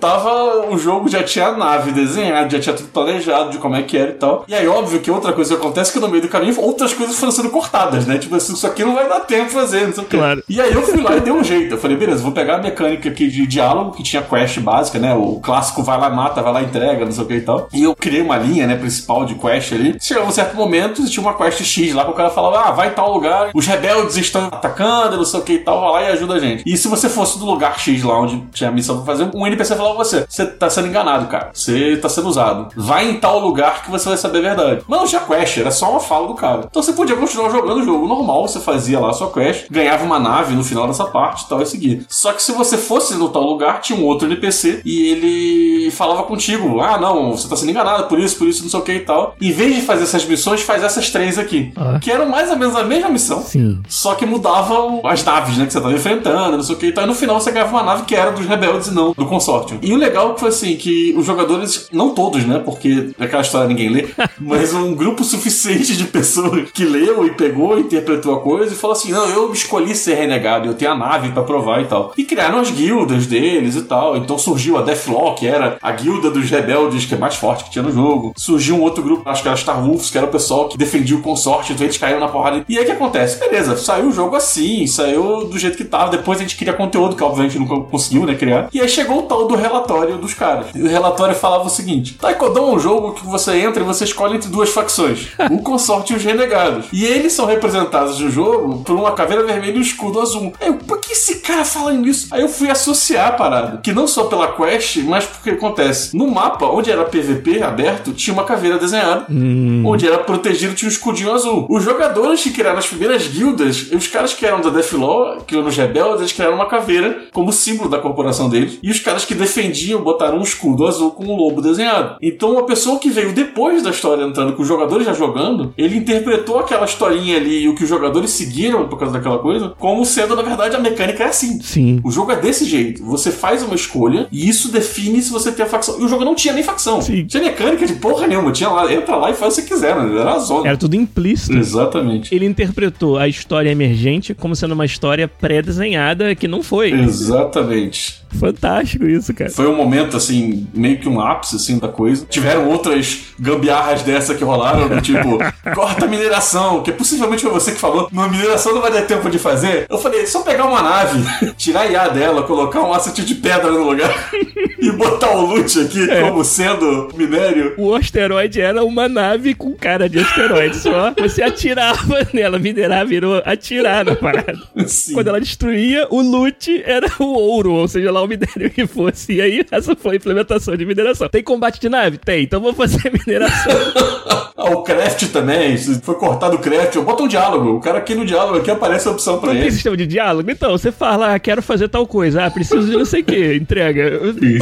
o jogo já tinha a nave desenhada, já tinha tudo planejado de como é que era e tal. E aí, óbvio que outra coisa que acontece é que no meio do caminho, outras coisas foram sendo cortadas, né? Tipo, isso aqui não vai dar tempo de fazer, não sei o quê. Claro. E aí eu fui lá e dei um jeito. Eu falei, beleza, vou pegar a mecânica aqui de diálogo, que tinha quest básica, né? O clássico vai lá, mata, vai lá, entrega, não sei o que e tal. E eu criei uma linha, né, principal de quest ali. Chegava um certo momento, tinha uma quest X lá, que o cara falava, vai em tal lugar, os rebeldes estão atacando, não sei o que e tal, vai lá e ajuda a gente. E se você fosse do lugar X lá, onde tinha a missão pra fazer, um NPC falava pra você tá sendo enganado, cara. Você tá sendo usado. Vai em tal lugar que você vai saber a verdade. Mas não tinha quest, era só uma fala do cara. Então você podia continuar jogando o jogo normal, você fazia lá a sua quest, ganhava uma nave no final dessa parte e tal, e seguia. Só que se você fosse no tal lugar, tinha um outro NPC e ele falava contigo, não, você tá sendo enganado por isso, não sei o que e tal. Em vez de fazer essas missões, faz essas três aqui. Que eram mais ou menos a mesma missão. Sim. Só que mudavam as naves, né, que você tava enfrentando, não sei o que e tal. E no final você ganhava uma nave que era dos rebeldes e não do consórcio. E o legal foi assim, que os jogadores, não todos, né, porque aquela história ninguém lê, mas um grupo suficiente de pessoas que leu e pegou, interpretou a coisa e falou assim, não, eu escolhi ser renegado, eu tenho a nave pra provar e tal. E criaram as guildas deles e tal. Então surgiu a Deathlaw, que era a guilda dos rebeldes, que é mais forte que tinha no jogo. Surgiu um outro grupo, acho que era Star Wolves, que era o pessoal que defendia o consórcio, então eles caíram na porrada. E aí o que acontece? Beleza, saiu o jogo assim, saiu do jeito que tava. Depois a gente queria conteúdo, que obviamente nunca conseguiu, né, criar. E aí chegou o tal do relatório dos caras. E o relatório falava o seguinte: Taekwondo é um jogo que você entra e você escolhe entre duas facções, o consórcio e os renegados. E eles são representados no jogo por uma caveira vermelha e um escudo azul. Aí eu, por que esse cara fala isso? Aí eu fui associar a parada, que não só pela quest, mas porque acontece. No mapa, onde era PVP aberto, tinha uma caveira desenhada. Onde era protegido, tinha um escudinho azul. Os jogadores que criaram as primeiras guildas, os caras que eram da Deathlaw, que eram os rebeldes, eles criaram uma caveira como símbolo da corporação deles. E os caras que defendiam botaram um escudo azul com um lobo desenhado. Então uma pessoa que veio depois da história entrando, com os jogadores já jogando, ele interpretou aquela historinha ali e o que os jogadores seguiram por causa daquela coisa, como sendo, na verdade, a mecânica mecânica é assim. Sim. O jogo é desse jeito. Você faz uma escolha e isso define se você tem a facção. E o jogo não tinha nem facção. Sim. Tinha mecânica de porra nenhuma. Tinha lá, entra lá e faz o que você quiser, né? Era a zona. Era tudo implícito. Exatamente. Ele interpretou a história emergente como sendo uma história pré-desenhada que não foi. Exatamente. Fantástico isso, cara. Foi um momento, assim, meio que um ápice, assim, da coisa. Tiveram outras gambiarras dessa que rolaram, do tipo, corta a mineração, que possivelmente foi você que falou, uma mineração não vai dar tempo de fazer. Eu falei, só pegar uma nave, tirar a IA dela, colocar um asset de pedra no lugar e botar o loot aqui como sendo minério. O asteroide era uma nave com cara de asteroide só. Você atirava nela, minerar virou atirar na parada. Sim. Quando ela destruía, o loot era o ouro, ou seja, lá o minério que fosse. E aí, essa foi a implementação de mineração. Tem combate de nave? Tem, então vou fazer mineração. O craft também, foi cortado o craft. Bota um diálogo, o cara aqui no diálogo aqui aparece a opção pra ele. Não tem ele. sistema de diálogo? Então, você fala, quero fazer tal coisa, preciso de não sei o que, entrega.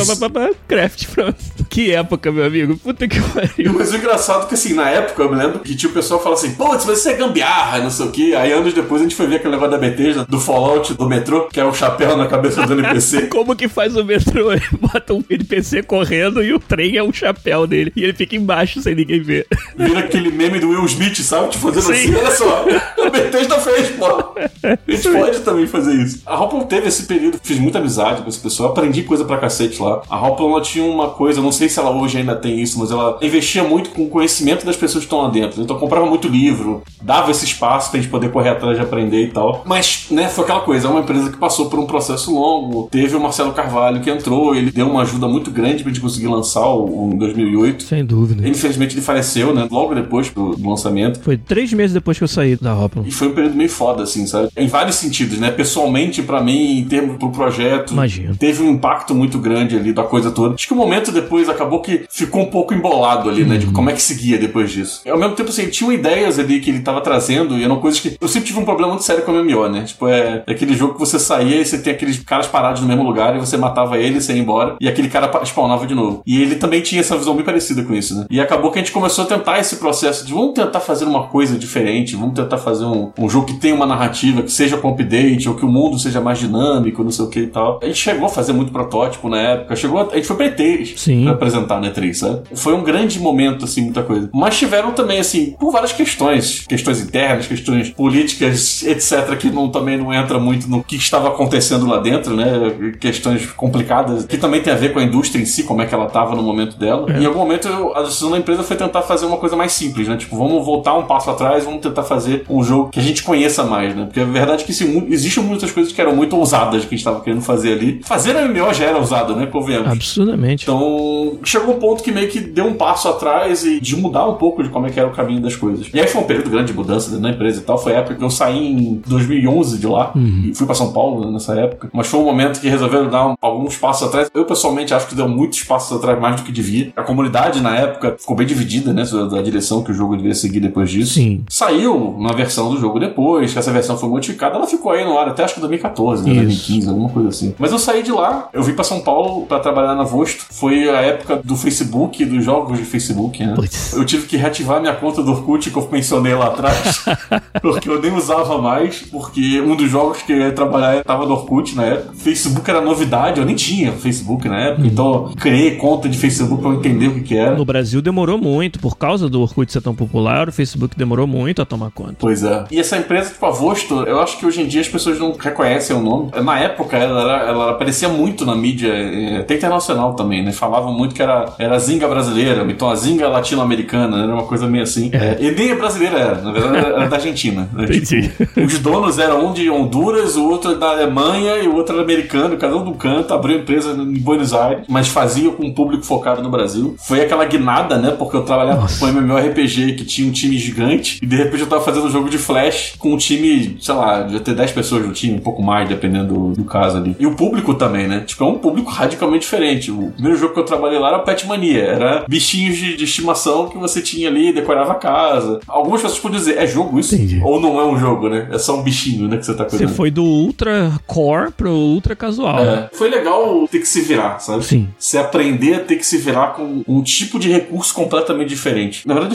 Craft, pronto. Que época, meu amigo, puta que pariu. Mas o engraçado é que, assim, na época, eu me lembro que tinha o pessoal falando assim, putz, mas isso é gambiarra, não sei o que. Aí anos depois a gente foi ver aquele negócio da Bethesda, do Fallout, do metrô, que é o chapéu na cabeça do NPC. Como que faz o metrô? Ele bota um NPC correndo e o trem é o chapéu dele. E ele fica embaixo sem ninguém ver. Vira aquele meme do Will Smith, sabe? Te fazendo assim, olha só. A Bethesda fez, pô. A gente pode também fazer isso. A Hoplon teve esse período, fiz muita amizade com esse pessoal, aprendi coisa pra cacete lá. A Hoplon, ela tinha uma coisa, não sei se ela hoje ainda tem isso, mas ela investia muito com o conhecimento das pessoas que estão lá dentro. Então comprava muito livro, dava esse espaço pra gente poder correr atrás de aprender e tal. Mas, né, foi aquela coisa, é uma empresa que passou por um processo longo. Teve o Marcelo Carvalho que entrou, ele deu uma ajuda muito grande pra gente conseguir lançar o em 2008. Sem dúvida. Infelizmente ele faleceu, né, logo depois do lançamento. Foi 3 meses depois que eu saí da Hoplon. E foi um período meio foda, assim, sabe? Em vários sentidos, né? Pessoalmente, pra mim, em termos pro projeto, imagina, teve um impacto muito grande ali da coisa toda. Acho que o momento depois acabou que ficou um pouco embolado ali, né? De como é que seguia depois disso. E, ao mesmo tempo, assim, tinham ideias ali que ele tava trazendo e eram coisas que... Eu sempre tive um problema muito sério com o MMO, né? Tipo, é aquele jogo que você saía e você tem aqueles caras parados no mesmo lugar e você matava ele, você ia embora e aquele cara spawnava de novo. E ele também tinha essa visão bem parecida com isso, né? E acabou que a gente começou a tentar esse processo de vamos tentar fazer uma coisa diferente, vamos tentar fazer um jogo que tenha uma narrativa, que seja com update, ou que o mundo seja mais dinâmico, não sei o que e tal. A gente chegou a fazer muito protótipo na época, a gente foi pra E3 pra apresentar na E3, sabe? Foi um grande momento, assim, muita coisa. Mas tiveram também, assim, por várias questões internas, questões políticas, etc, que também não entra muito no que estava acontecendo lá dentro, né? Questões complicadas, que também tem a ver com a indústria em si, como é que ela tava no momento dela. E em algum momento, a decisão da empresa foi tentar fazer uma coisa mais simples, né? Tipo, vamos voltar um passo atrás, vamos tentar fazer um jogo que a gente conheça mais, né? Porque a verdade é que existem muitas coisas que eram muito ousadas que a gente estava querendo fazer ali. Fazer MMO já era ousado, né? Convenhamos. Absurdamente. Então, chegou um ponto que meio que deu um passo atrás e de mudar um pouco de como é que era o caminho das coisas. E aí foi um período grande de mudança dentro da empresa e tal. Foi a época que eu saí em 2011 de lá e fui pra São Paulo, né, nessa época. Mas foi um momento que resolveram dar alguns passos atrás. Eu, pessoalmente, acho que deu muitos passos atrás mais do que devia. A comunidade, na época, ficou bem dividida, né? Da direção que o jogo deveria seguir depois disso. Sim. Saiu uma versão do jogo depois, que essa versão foi modificada, ela ficou aí no ar até acho que 2014, né? 2015, alguma coisa assim. Mas eu saí de lá, eu vim pra São Paulo pra trabalhar na Vosto. Foi a época do Facebook, dos jogos de Facebook, né? Eu tive que reativar minha conta do Orkut, que eu mencionei lá atrás, porque eu nem usava mais, porque um dos jogos que eu ia trabalhar tava no Orkut na época. Facebook era novidade, eu nem tinha Facebook na época, então eu criei conta de Facebook pra eu entender o que era. No Brasil demorou muito, por causa do Orkut ser tão popular, o Facebook demorou muito a tomar conta. Pois é. E essa empresa, tipo, a Vosto, eu acho que hoje em dia as pessoas não reconhecem o nome. Na época, ela aparecia muito na mídia, até internacional também, né? Falavam muito que era a Zynga brasileira, então a Zynga latino-americana, era uma coisa meio assim. E nem a brasileira era, na verdade era da Argentina. Né? Tipo, os donos eram um de Honduras, o outro da Alemanha e o outro era americano, cada um do canto, abriu empresa em Buenos Aires, mas fazia com um público focado no Brasil. Foi aquela guinada, né? Porque eu trabalhava com MMORPG que tinha um time gigante e de repente eu tava fazendo um jogo de Flash com um time, sei lá, devia ter 10 pessoas no time, um pouco mais, dependendo do caso ali. E o público também, né? Tipo, é um público radicalmente diferente. O primeiro jogo que eu trabalhei lá era Pet Mania, era bichinhos de estimação que você tinha ali, decorava a casa. Algumas pessoas podem dizer, é jogo isso? Entendi. Ou não é um jogo, né? É só um bichinho, né, que você tá cuidando. Você foi do ultra core pro ultra casual. É. Foi legal ter que se virar, sabe? Sim. Você aprender a ter que se virar com um tipo de recurso completamente diferente. Na verdade,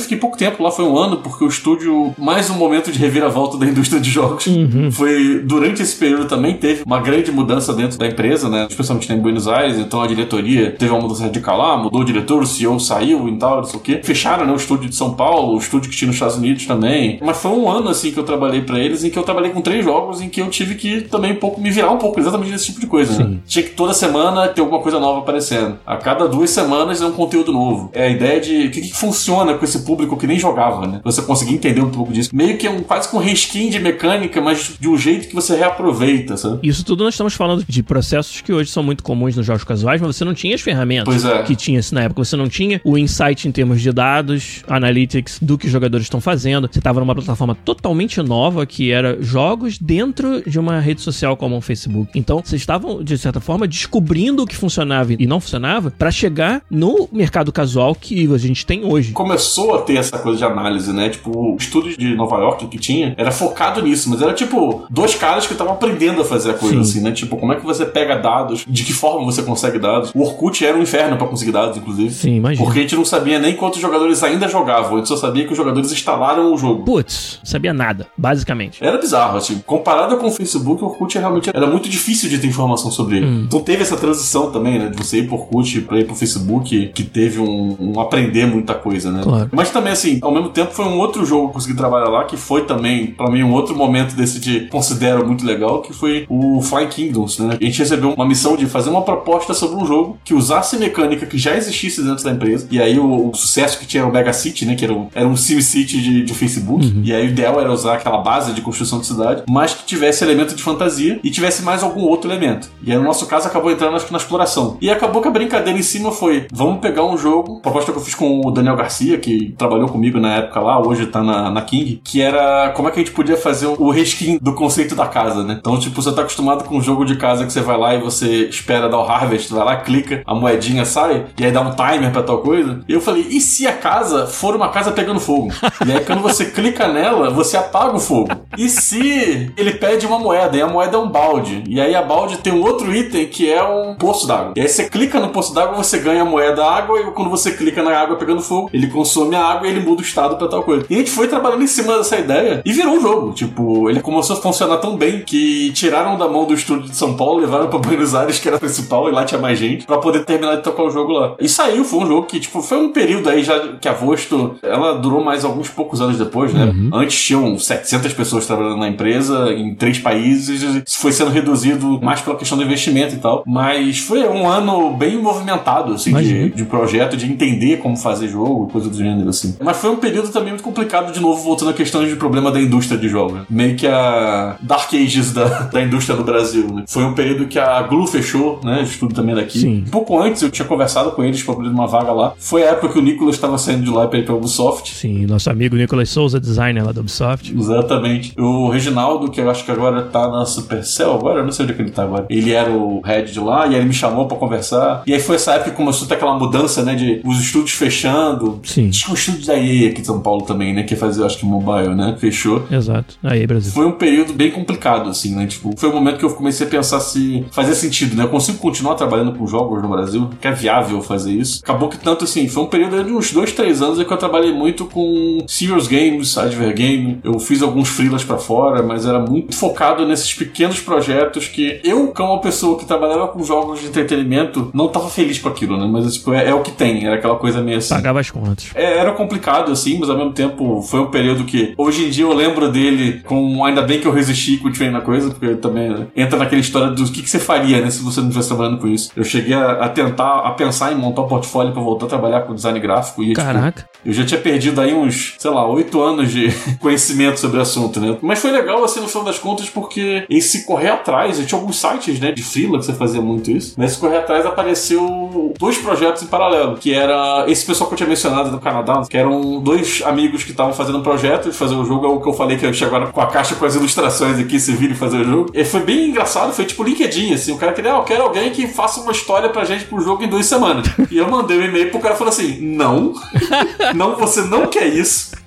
eu fiquei pouco tempo lá, foi um ano, porque o estúdio, mais um momento de reviravolta da indústria de jogos. Foi, durante esse período também, teve uma grande mudança dentro da empresa, né? Especialmente em Buenos Aires, então a diretoria teve uma mudança radical lá, mudou o diretor, o CEO saiu e tal, não sei o quê. Fecharam, né, o estúdio de São Paulo, o estúdio que tinha nos Estados Unidos também. Mas foi um ano, assim, que eu trabalhei pra eles, em que eu trabalhei com 3 jogos, em que eu tive que também me virar um pouco exatamente nesse tipo de coisa, né? Tinha que toda semana ter alguma coisa nova aparecendo. A cada 2 semanas é um conteúdo novo. É a ideia de o que funciona com esse público que nem jogava, né? Você conseguir entender um pouco disso. Meio que quase com um reskin de mecânica, mas de um jeito que você reaproveita, sabe? Isso tudo nós estamos falando de processos que hoje são muito comuns nos jogos casuais, mas você não tinha as ferramentas que tinha-se na época. Você não tinha o insight em termos de dados, analytics, do que os jogadores estão fazendo. Você estava numa plataforma totalmente nova, que era jogos dentro de uma rede social como o Facebook. Então, vocês estavam, de certa forma, descobrindo o que funcionava e não funcionava para chegar no mercado casual que a gente tem hoje. Começou a ter essa coisa de análise, né? Tipo, o estúdio de Nova York que tinha era focado nisso, mas era tipo 2 caras que estavam aprendendo a fazer a coisa, assim, né? Tipo, como é que você pega dados, de que forma você consegue dados. O Orkut era um inferno pra conseguir dados, inclusive. Sim, imagina. Porque a gente não sabia nem quantos jogadores ainda jogavam, a gente só sabia que os jogadores instalaram o jogo. Putz, sabia nada, basicamente. Era bizarro, assim. Comparado com o Facebook, o Orkut realmente era muito difícil de ter informação sobre ele. Então teve essa transição também, né? De você ir pro Orkut pra ir pro Facebook, que teve um aprender muita coisa, né? Claro. Mas também, assim, ao mesmo tempo foi um outro jogo que eu consegui trabalhar lá, que foi também, pra mim, um outro momento desse de considero muito legal, que foi o Flying Kingdoms, né? A gente recebeu uma missão de fazer uma proposta sobre um jogo que usasse mecânica que já existisse dentro da empresa. E aí o sucesso que tinha o Mega City, né? Que era um SimCity de Facebook. E aí o ideal era usar aquela base de construção de cidade, mas que tivesse elemento de fantasia e tivesse mais algum outro elemento. E aí no nosso caso acabou entrando, acho que na exploração. E acabou que a brincadeira em cima foi, vamos pegar um jogo, proposta que eu fiz com o Daniel Garcia, que trabalhou comigo na época lá, hoje tá na King, que era como é que a gente podia fazer o reskin do conceito da casa, né? Então, tipo, você tá acostumado com um jogo de casa que você vai lá e você espera dar o harvest, vai lá, clica, a moedinha sai, e aí dá um timer pra tal coisa. E eu falei, e se a casa for uma casa pegando fogo? E aí quando você clica nela, você apaga o fogo. E se ele pede uma moeda, e a moeda é um balde, e aí a balde tem um outro item que é um poço d'água. E aí você clica no poço d'água, você ganha a moeda água, e quando você clica na água pegando fogo, ele consome a água e ele muda o estado pra tal coisa. E a gente foi trabalhando em cima dessa ideia e virou um jogo. Tipo, ele começou a funcionar tão bem que tiraram da mão do estúdio de São Paulo, levaram pra Buenos Aires, que era a principal, e lá tinha mais gente, pra poder terminar de tocar o jogo lá. E saiu, foi um jogo que, tipo, foi um período aí já que a Vosto, ela durou mais alguns poucos anos depois, né? Antes tinham 700 pessoas trabalhando na empresa, em 3 países, foi sendo reduzido mais pela questão do investimento e tal. Mas foi um ano bem movimentado, assim, de projeto, de entender como fazer jogo, coisa do gênero, assim. Mas foi um período também muito complicado, de novo, voltando à questão de problema da indústria de jogos. Meio que a Dark Ages da indústria no Brasil, né? Foi um período que a Glu fechou, né? Estudo também daqui. Sim. Pouco antes, eu tinha conversado com eles pra abrir uma vaga lá. Foi a época que o Nicolas estava saindo de lá pra ir pra Ubisoft. Sim, nosso amigo Nicolas Souza, designer lá da Ubisoft. Exatamente. O Reginaldo, que eu acho que agora tá na Supercell, agora eu não sei onde é que ele tá agora. Ele era o head de lá, e aí ele me chamou pra conversar. E aí foi essa época que começou a ter aquela mudança, né? De os estúdios fechando. Sim. Tinha um estúdio da EA aqui de São Paulo também, né? Que fazia, acho que mobile, né? Fechou. Exato. Aí, Brasil. Foi um período bem complicado, assim, né? Tipo, foi um momento que eu comecei a pensar se fazia sentido, né? Eu consigo continuar trabalhando com jogos no Brasil? Que é viável fazer isso? Acabou que tanto, assim, foi um período de uns 2-3 anos em que eu trabalhei muito com Serious Games, Adver Game. Eu fiz alguns freelas pra fora, mas era muito focado nesses pequenos projetos que eu, como uma pessoa que trabalhava com jogos de entretenimento, não tava feliz com aquilo, né? Mas, tipo, é o que tem. Era aquela coisa meio assim. Pagava as contas. Era complicado, assim, mas ao mesmo tempo foi um período que hoje em dia eu lembro dele com ainda bem que eu resisti e continuei na coisa, porque também entra naquela história do que você faria, né, se você não estivesse trabalhando com isso. Eu cheguei a tentar, a pensar em montar um portfólio pra voltar a trabalhar com design gráfico e, caraca. Tipo, eu já tinha perdido aí uns, sei lá, 8 anos de conhecimento sobre o assunto, né? Mas foi legal, assim, no final das contas, porque esse correr atrás, tinha alguns sites, né, de freela que você fazia muito isso, mas esse correr atrás apareceu 2 projetos em paralelo, que era esse pessoal que eu tinha mencionado do Canadá, que eram 2 amigos que estavam fazendo um projeto de fazer o jogo, é o que eu falei que eu chego agora com a caixa com as ilustrações aqui, se virem fazer o jogo. E foi bem engraçado, foi tipo LinkedIn, assim, o cara queria, eu quero alguém que faça uma história pra gente pro jogo em 2 semanas. E eu mandei um e-mail pro cara e falei assim, não, você não quer isso.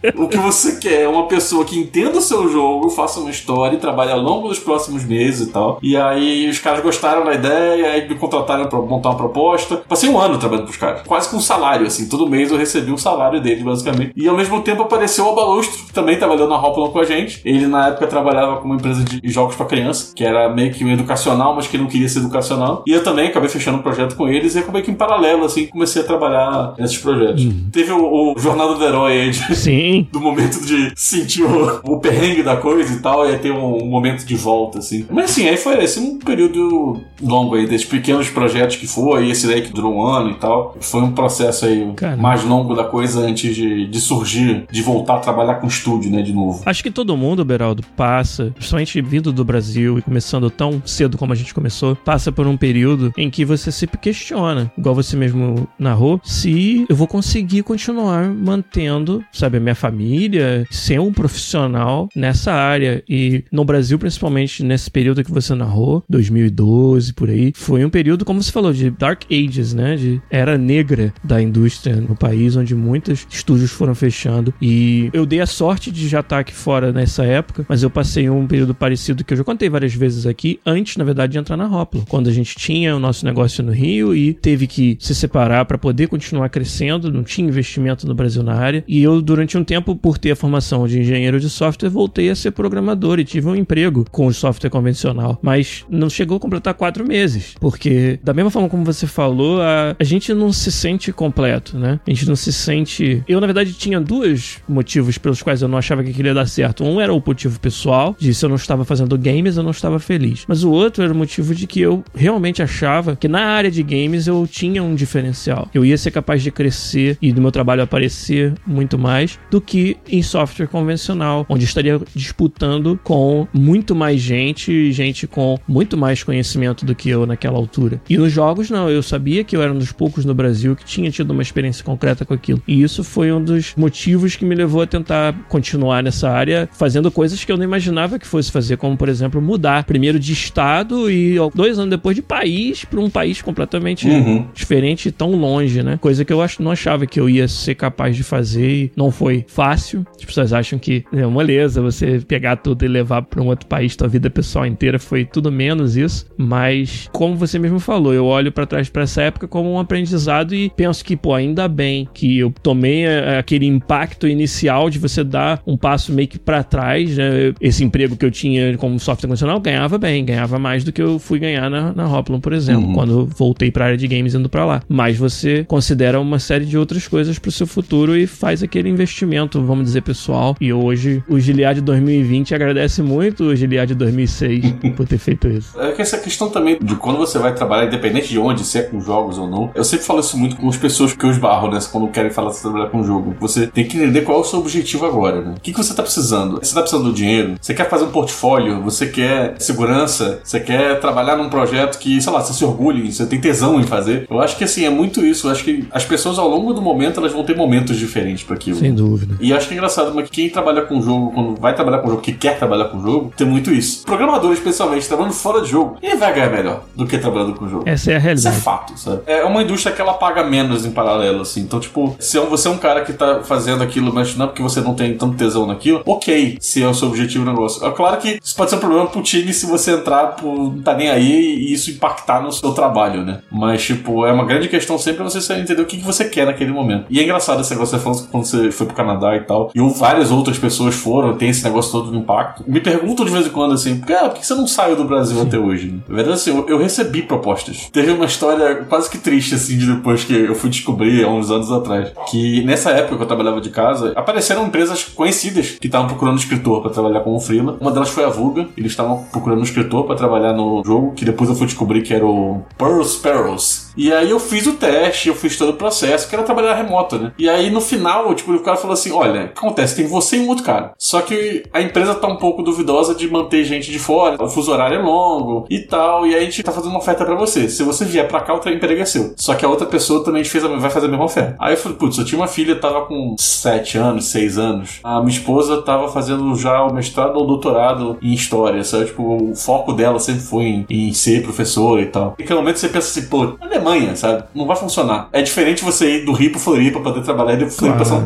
O que você quer é uma pessoa que entenda o seu jogo, faça uma história e trabalhe ao longo dos próximos meses e tal. E aí os caras gostaram da ideia, aí me contrataram pra montar uma proposta. Passei um ano trabalhando pros caras. Quase com um salário, assim. Todo mês eu recebi um salário dele, basicamente. E ao mesmo tempo apareceu o Abalustro, que também trabalhou na Hoplon com a gente. Ele na época trabalhava com uma empresa de jogos pra criança, que era meio que um educacional, mas que não queria ser educacional. E eu também acabei fechando um projeto com eles e acabei que em paralelo, assim, comecei a trabalhar nesses projetos. Teve o Jornada do Herói aí, Sim. do momento de sentir o perrengue da coisa e tal, e aí ter um momento de volta, assim. Mas assim, aí foi esse um período longo aí, desses pequenos projetos que foi, esse daí que durou um ano e tal. Foi um processo aí mais longo da coisa antes de surgir, de voltar a trabalhar com estúdio, né, de novo. Acho que todo mundo, Beraldo, passa, principalmente vindo do Brasil e começando tão cedo como a gente começou, passa por um período em que você se questiona, igual você mesmo narrou, se eu vou conseguir continuar mantendo, sabe, a minha família, ser um profissional nessa área. E no Brasil, principalmente nesse período que você narrou, 2012, por aí, foi um período, como você falou, de Dark Ages, né, de era negra da indústria no país, onde muitos estúdios foram fechando. E eu dei a sorte de já estar aqui fora nessa época, mas eu passei um período parecido que eu já contei várias vezes aqui, antes, na verdade, de entrar na Hoplon. Quando a gente tinha o nosso negócio no Rio e teve que se separar para poder continuar crescendo, não tinha investimento no Brasil na área. E eu, durante um tempo, por ter a formação de engenheiro de software, voltei a ser programador e tive um emprego com o software convencional. Mas não chegou a completar 4 meses, porque, da mesma forma como você falou, a gente não se sente completo, né? A gente não se sente... Eu, na verdade, tinha 2 motivos pelos quais eu não achava que aquilo ia dar certo. Um era o motivo pessoal, de se eu não estava fazendo games, eu não estava feliz. Mas o outro era o motivo de que eu realmente achava que na área de games eu tinha um diferencial. Eu ia ser capaz de crescer e do meu trabalho aparecer muito mais do que em software convencional, onde estaria disputando com muito mais gente com muito mais conhecimento do que eu naquela altura. E nos jogos, não. Eu sabia que eu era um dos poucos no Brasil que tinha tido uma experiência concreta com aquilo. E isso foi um dos motivos que me levou a tentar continuar nessa área, fazendo coisas que eu não imaginava que fosse fazer, como, por exemplo, mudar primeiro de estado e 2 anos depois de país para um país completamente diferente e tão longe, né? Coisa que eu não achava que eu ia ser capaz de fazer e não foi fácil. As pessoas acham que é moleza você pegar tudo e levar para um outro país, tua vida pessoal inteira, foi tudo menos isso. Mas, como você mesmo falou, eu olho para trás para essa época como um aprendizado e penso que, pô, ainda bem que eu tomei aquele impacto inicial de você dar um passo meio que para trás, né? Esse emprego que eu tinha como software convencional, ganhava bem, ganhava mais do que eu fui ganhar na Hoplon, por exemplo, quando eu voltei para a área de games indo para lá. Mas você considera uma série de outras coisas para o seu futuro e faz aquele investimento, vamos dizer, pessoal. E hoje o Gilead 2020 agradece muito o Gilead 2006 por ter feito isso. É que essa questão também de quando você vai trabalhar, independente de onde, se é com jogos ou não, eu sempre falo isso muito com as pessoas que eu esbarro, né, quando querem falar de trabalhar com jogo. Você tem que entender qual é o seu objetivo agora, né? O que você tá precisando? Você tá precisando do dinheiro? Você quer fazer um portfólio? Você quer segurança? Você quer trabalhar num projeto que, sei lá, você se orgulhe, você tem tesão em fazer? Eu acho que, assim, é muito isso. Eu acho que as pessoas, ao longo do momento, elas vão ter momentos diferentes pra aquilo. Sem dúvida. E acho que é engraçado, mas quem trabalha com jogo, quando vai trabalhar com jogo, que quer trabalhar com jogo, tem muito isso. Programador, especialmente, trabalhando fora de jogo, ele vai ganhar melhor do que trabalhando com jogo. Essa é a realidade. Isso é fato, sabe? É uma indústria que ela paga menos em paralelo, assim. Então, tipo, se você é um cara que tá fazendo aquilo, mas não é porque você não tem tanto tesão naquilo, ok, se é o seu objetivo o negócio. É claro que isso pode ser um problema pro time se você entrar por não tá nem aí e isso impactar no seu trabalho, né? Mas, tipo, é uma grande questão sempre você entender o que você quer naquele momento. E é engraçado esse negócio, você falando quando você foi pro Canadá e tal, e várias outras pessoas foram, tem esse negócio todo do impacto. Me perguntam de vez em quando, assim, por que você não saiu do Brasil até hoje? Né? Na verdade, assim, eu recebi propostas. Teve uma história quase que triste, assim, de depois que eu fui descobrir há uns anos atrás, que nessa época que eu trabalhava de casa, apareceram empresas conhecidas que estavam procurando um escritor pra trabalhar como freela. Uma delas foi a Vulga. Eles estavam procurando um escritor pra trabalhar no jogo, que depois eu fui descobrir que era o Pearl Sparrows. E aí eu fiz o teste, eu fiz todo o processo, que era trabalhar remoto, né? E aí no final, tipo, o cara falou assim, olha, o que acontece? Tem você e um outro cara. Só que a empresa tá um pouco duvidosa de manter gente de fora, o fuso horário é longo e tal, e aí a gente tá fazendo uma oferta pra você. Se você vier pra cá, o emprego é seu. Só que a outra pessoa também vai fazer a mesma oferta. Aí eu falei, putz, eu tinha uma filha, tava com 7 anos, 6 anos. A minha esposa tava fazendo já o mestrado ou doutorado em história, sabe? Tipo, o foco dela sempre foi em ser professora e tal. E naquele momento você pensa assim, pô, Alemanha, sabe? Não vai funcionar. É diferente você ir do Rio pro Floripa pra poder trabalhar e do Floripa pra São Paulo.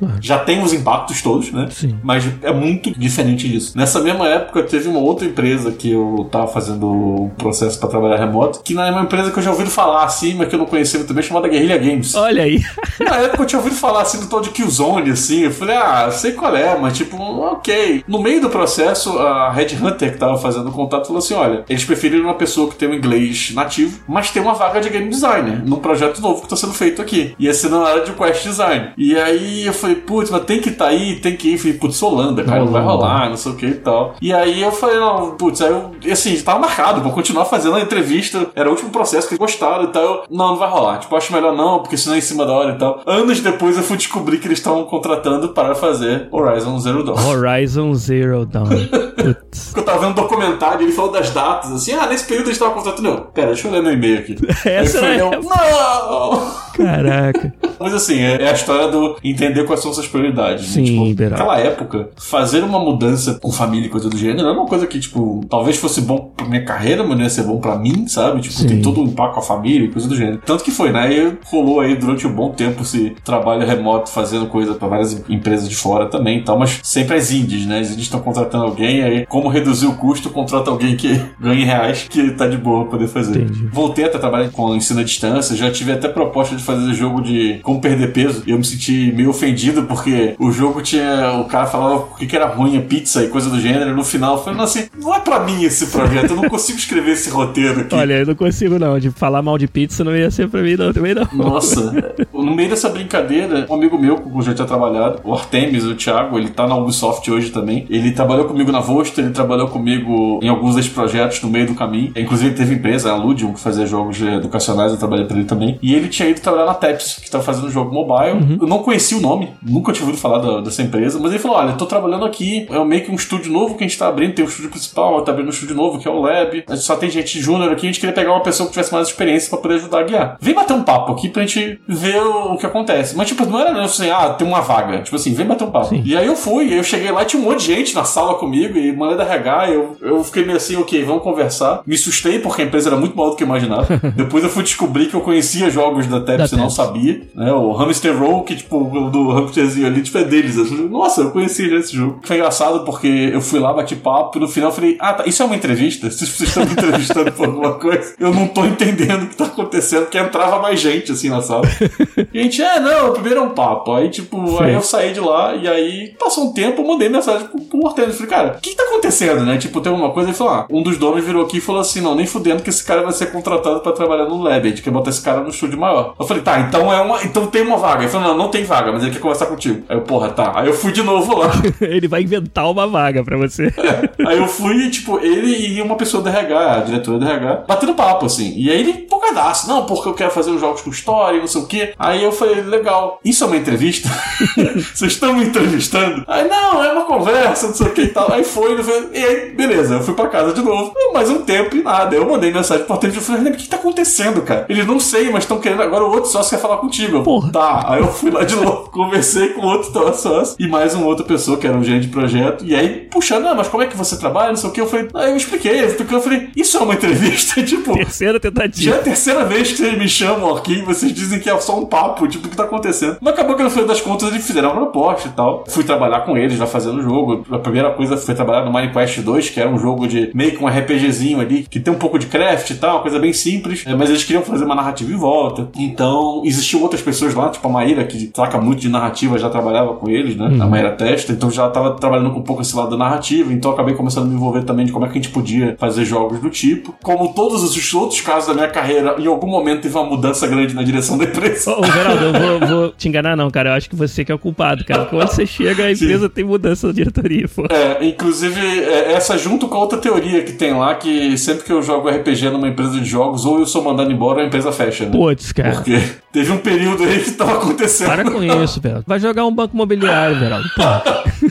Claro. Já tem os impactos todos, né? Sim. Mas é muito diferente disso. Nessa mesma época, teve uma outra empresa que eu tava fazendo um processo pra trabalhar remoto, que não é uma empresa que eu já ouvi falar assim, mas que eu não conhecia muito bem, chamada Guerrilla Games. Olha aí. Na época eu tinha ouvido falar assim do tal de Killzone, assim. Eu falei, sei qual é, mas tipo, ok. No meio do processo, a Red Hunter que tava fazendo o contato falou assim: olha, eles preferiram uma pessoa que tem um inglês nativo, mas tem uma vaga de game designer num projeto novo que tá sendo feito aqui. Ia ser na área de quest design. E aí eu falei, putz, mas tem que tá aí, tem que ir. Eu falei, putz, Holanda, cara, não vai rolar, não sei o que e tal. E aí eu falei, não, putz, aí eu, assim, tava marcado pra continuar fazendo a entrevista, era o último processo que eles gostaram e tal. Eu, não vai rolar. Tipo, acho melhor não, porque senão é em cima da hora e tal. Anos depois eu fui descobrir que eles estavam contratando para fazer Horizon Zero Dawn. Horizon Zero Dawn. Putz. Eu tava vendo um documentário e ele falou das datas, assim, nesse período eles estavam contratando. Não, pera, deixa eu ler meu e-mail aqui. Essa aí é eu, não! Caraca. Mas assim, é a história do entender quais são suas prioridades. Sim, né? Tipo, verdade. naquela época, fazer uma mudança com família e coisa do gênero era uma coisa que, tipo, talvez fosse bom pra minha carreira, mas não ia ser bom pra mim, sabe? Tipo, Sim. tem todo um impacto com a família e coisa do gênero. Tanto que foi, né? E rolou aí durante um bom tempo esse trabalho remoto, fazendo coisa pra várias empresas de fora também e tal, mas sempre as indies, né? As indies estão contratando alguém, aí como reduzir o custo, contrata alguém que ganhe reais, que tá de boa pra poder fazer. Entendi. Voltei até trabalhar com ensino à distância, já tive até proposta de fazer jogo de como perder peso, e eu me senti meio ofendido porque o jogo tinha, o cara falava o que era ruim a pizza e coisa do gênero, e no final eu falei, não, assim, não é pra mim esse projeto, eu não consigo escrever esse roteiro aqui. Olha, eu não consigo não, de falar mal de pizza não ia ser pra mim não, também não. Nossa, no meio dessa brincadeira, um amigo meu com quem eu já tinha trabalhado, o Artemis, o Thiago, ele tá na Ubisoft hoje também, ele trabalhou comigo na Vosta, ele trabalhou comigo em alguns desses projetos no meio do caminho, inclusive ele teve empresa, a Ludium, que fazia jogos educacionais, eu trabalhei pra ele também, e ele tinha ido trabalhar na Tepsi, que tava fazendo um jogo mobile. Eu não conhecia o nome, nunca tinha ouvido falar dessa empresa, mas ele falou, olha, eu tô trabalhando aqui, é meio que um estúdio novo que a gente tá abrindo, tem um estúdio principal, tá abrindo um estúdio novo, que é o Lab, a gente só tem gente júnior aqui, a gente queria pegar uma pessoa que tivesse mais experiência pra poder ajudar a guiar. Vem bater um papo aqui pra gente ver o que acontece. Mas, tipo, não era assim, tem uma vaga. Tipo assim, vem bater um papo. Sim. E aí eu fui, aí eu cheguei lá e tinha um monte de gente na sala comigo, e mulher da RH, eu fiquei meio assim, ok, vamos conversar. Me assustei porque a empresa era muito maior do que eu imaginava. Depois eu fui descobrir que eu conhecia jogos da Tepsi, não sabia, né? O Hamster Roll, que tipo, o do hamsterzinho ali, tipo, é deles. Eu falei, nossa, eu conheci já esse jogo. Foi engraçado porque eu fui lá, bati papo, e no final eu falei, tá, isso é uma entrevista? Se vocês estão me entrevistando por alguma coisa, eu não tô entendendo o que tá acontecendo, porque entrava mais gente, assim, na sala. E a gente, não, primeiro é um papo. Aí, tipo, Sim. Aí eu saí de lá, e aí passou um tempo, eu mandei mensagem pro Hortênio. Falei, cara, o que tá acontecendo, né? Tipo, tem alguma coisa, ele falou, um dos donos virou aqui e falou assim, não, nem fudendo que esse cara vai ser contratado pra trabalhar no Lab, a gente quer botar esse cara no estúdio maior. Eu falei, tá, então tem uma vaga. Ele falou, não tem vaga, mas ele quer conversar contigo. Aí eu, porra, tá. Aí eu fui de novo lá. Ele vai inventar uma vaga pra você. Aí eu fui, tipo, ele e uma pessoa do RH, a diretora do RH, batendo papo, assim. E aí ele empolgadaço, não, porque eu quero fazer uns jogos com história, não sei o quê. Aí eu falei, legal, isso é uma entrevista? Vocês estão me entrevistando? Aí, não, é uma conversa, não sei o que e tal. Aí foi, e aí, beleza, eu fui pra casa de novo. Mais um tempo e nada. Eu mandei mensagem pro Hortênio e falei, o que tá acontecendo, cara? Eles não sei, mas estão querendo, agora o outro sócio quer falar contigo. Eu, porra. Tá, aí eu fui lá de novo, conversei com outro sócio e mais uma outra pessoa que era um gerente de projeto, e aí puxando, mas como é que você trabalha, não sei o que, eu falei, aí eu expliquei, eu falei, isso é uma entrevista, tipo, terceira tentativa. Já é a terceira vez que vocês me chamam aqui e vocês dizem que é só um papo, tipo, o que tá acontecendo? Mas acabou que no final das contas eles fizeram uma proposta e tal, fui trabalhar com eles já fazendo o jogo, a primeira coisa foi trabalhar no Minecraft 2, que era um jogo de meio que um RPGzinho ali, que tem um pouco de craft e tal, uma coisa bem simples, mas eles queriam fazer uma narrativa em volta, então existiam outras pessoas lá, tipo a Maíra, que saca muito de narrativa, já trabalhava com eles, né? A Maíra Testa, então já tava trabalhando com um pouco esse lado da narrativa, então acabei começando a me envolver também de como é que a gente podia fazer jogos do tipo. Como todos os outros casos da minha carreira, em algum momento teve uma mudança grande na direção da empresa. Ô, Geraldo, eu vou te enganar não, cara, eu acho que você que é o culpado, cara, porque quando você chega, a empresa tem mudança na diretoria, pô. Inclusive, essa junto com a outra teoria que tem lá, que sempre que eu jogo RPG numa empresa de jogos, ou eu sou mandado embora ou a empresa fecha, né? Putz, cara. Porque teve um período aí que tava acontecendo. Para com isso, velho. Vai jogar um banco imobiliário, Geraldo.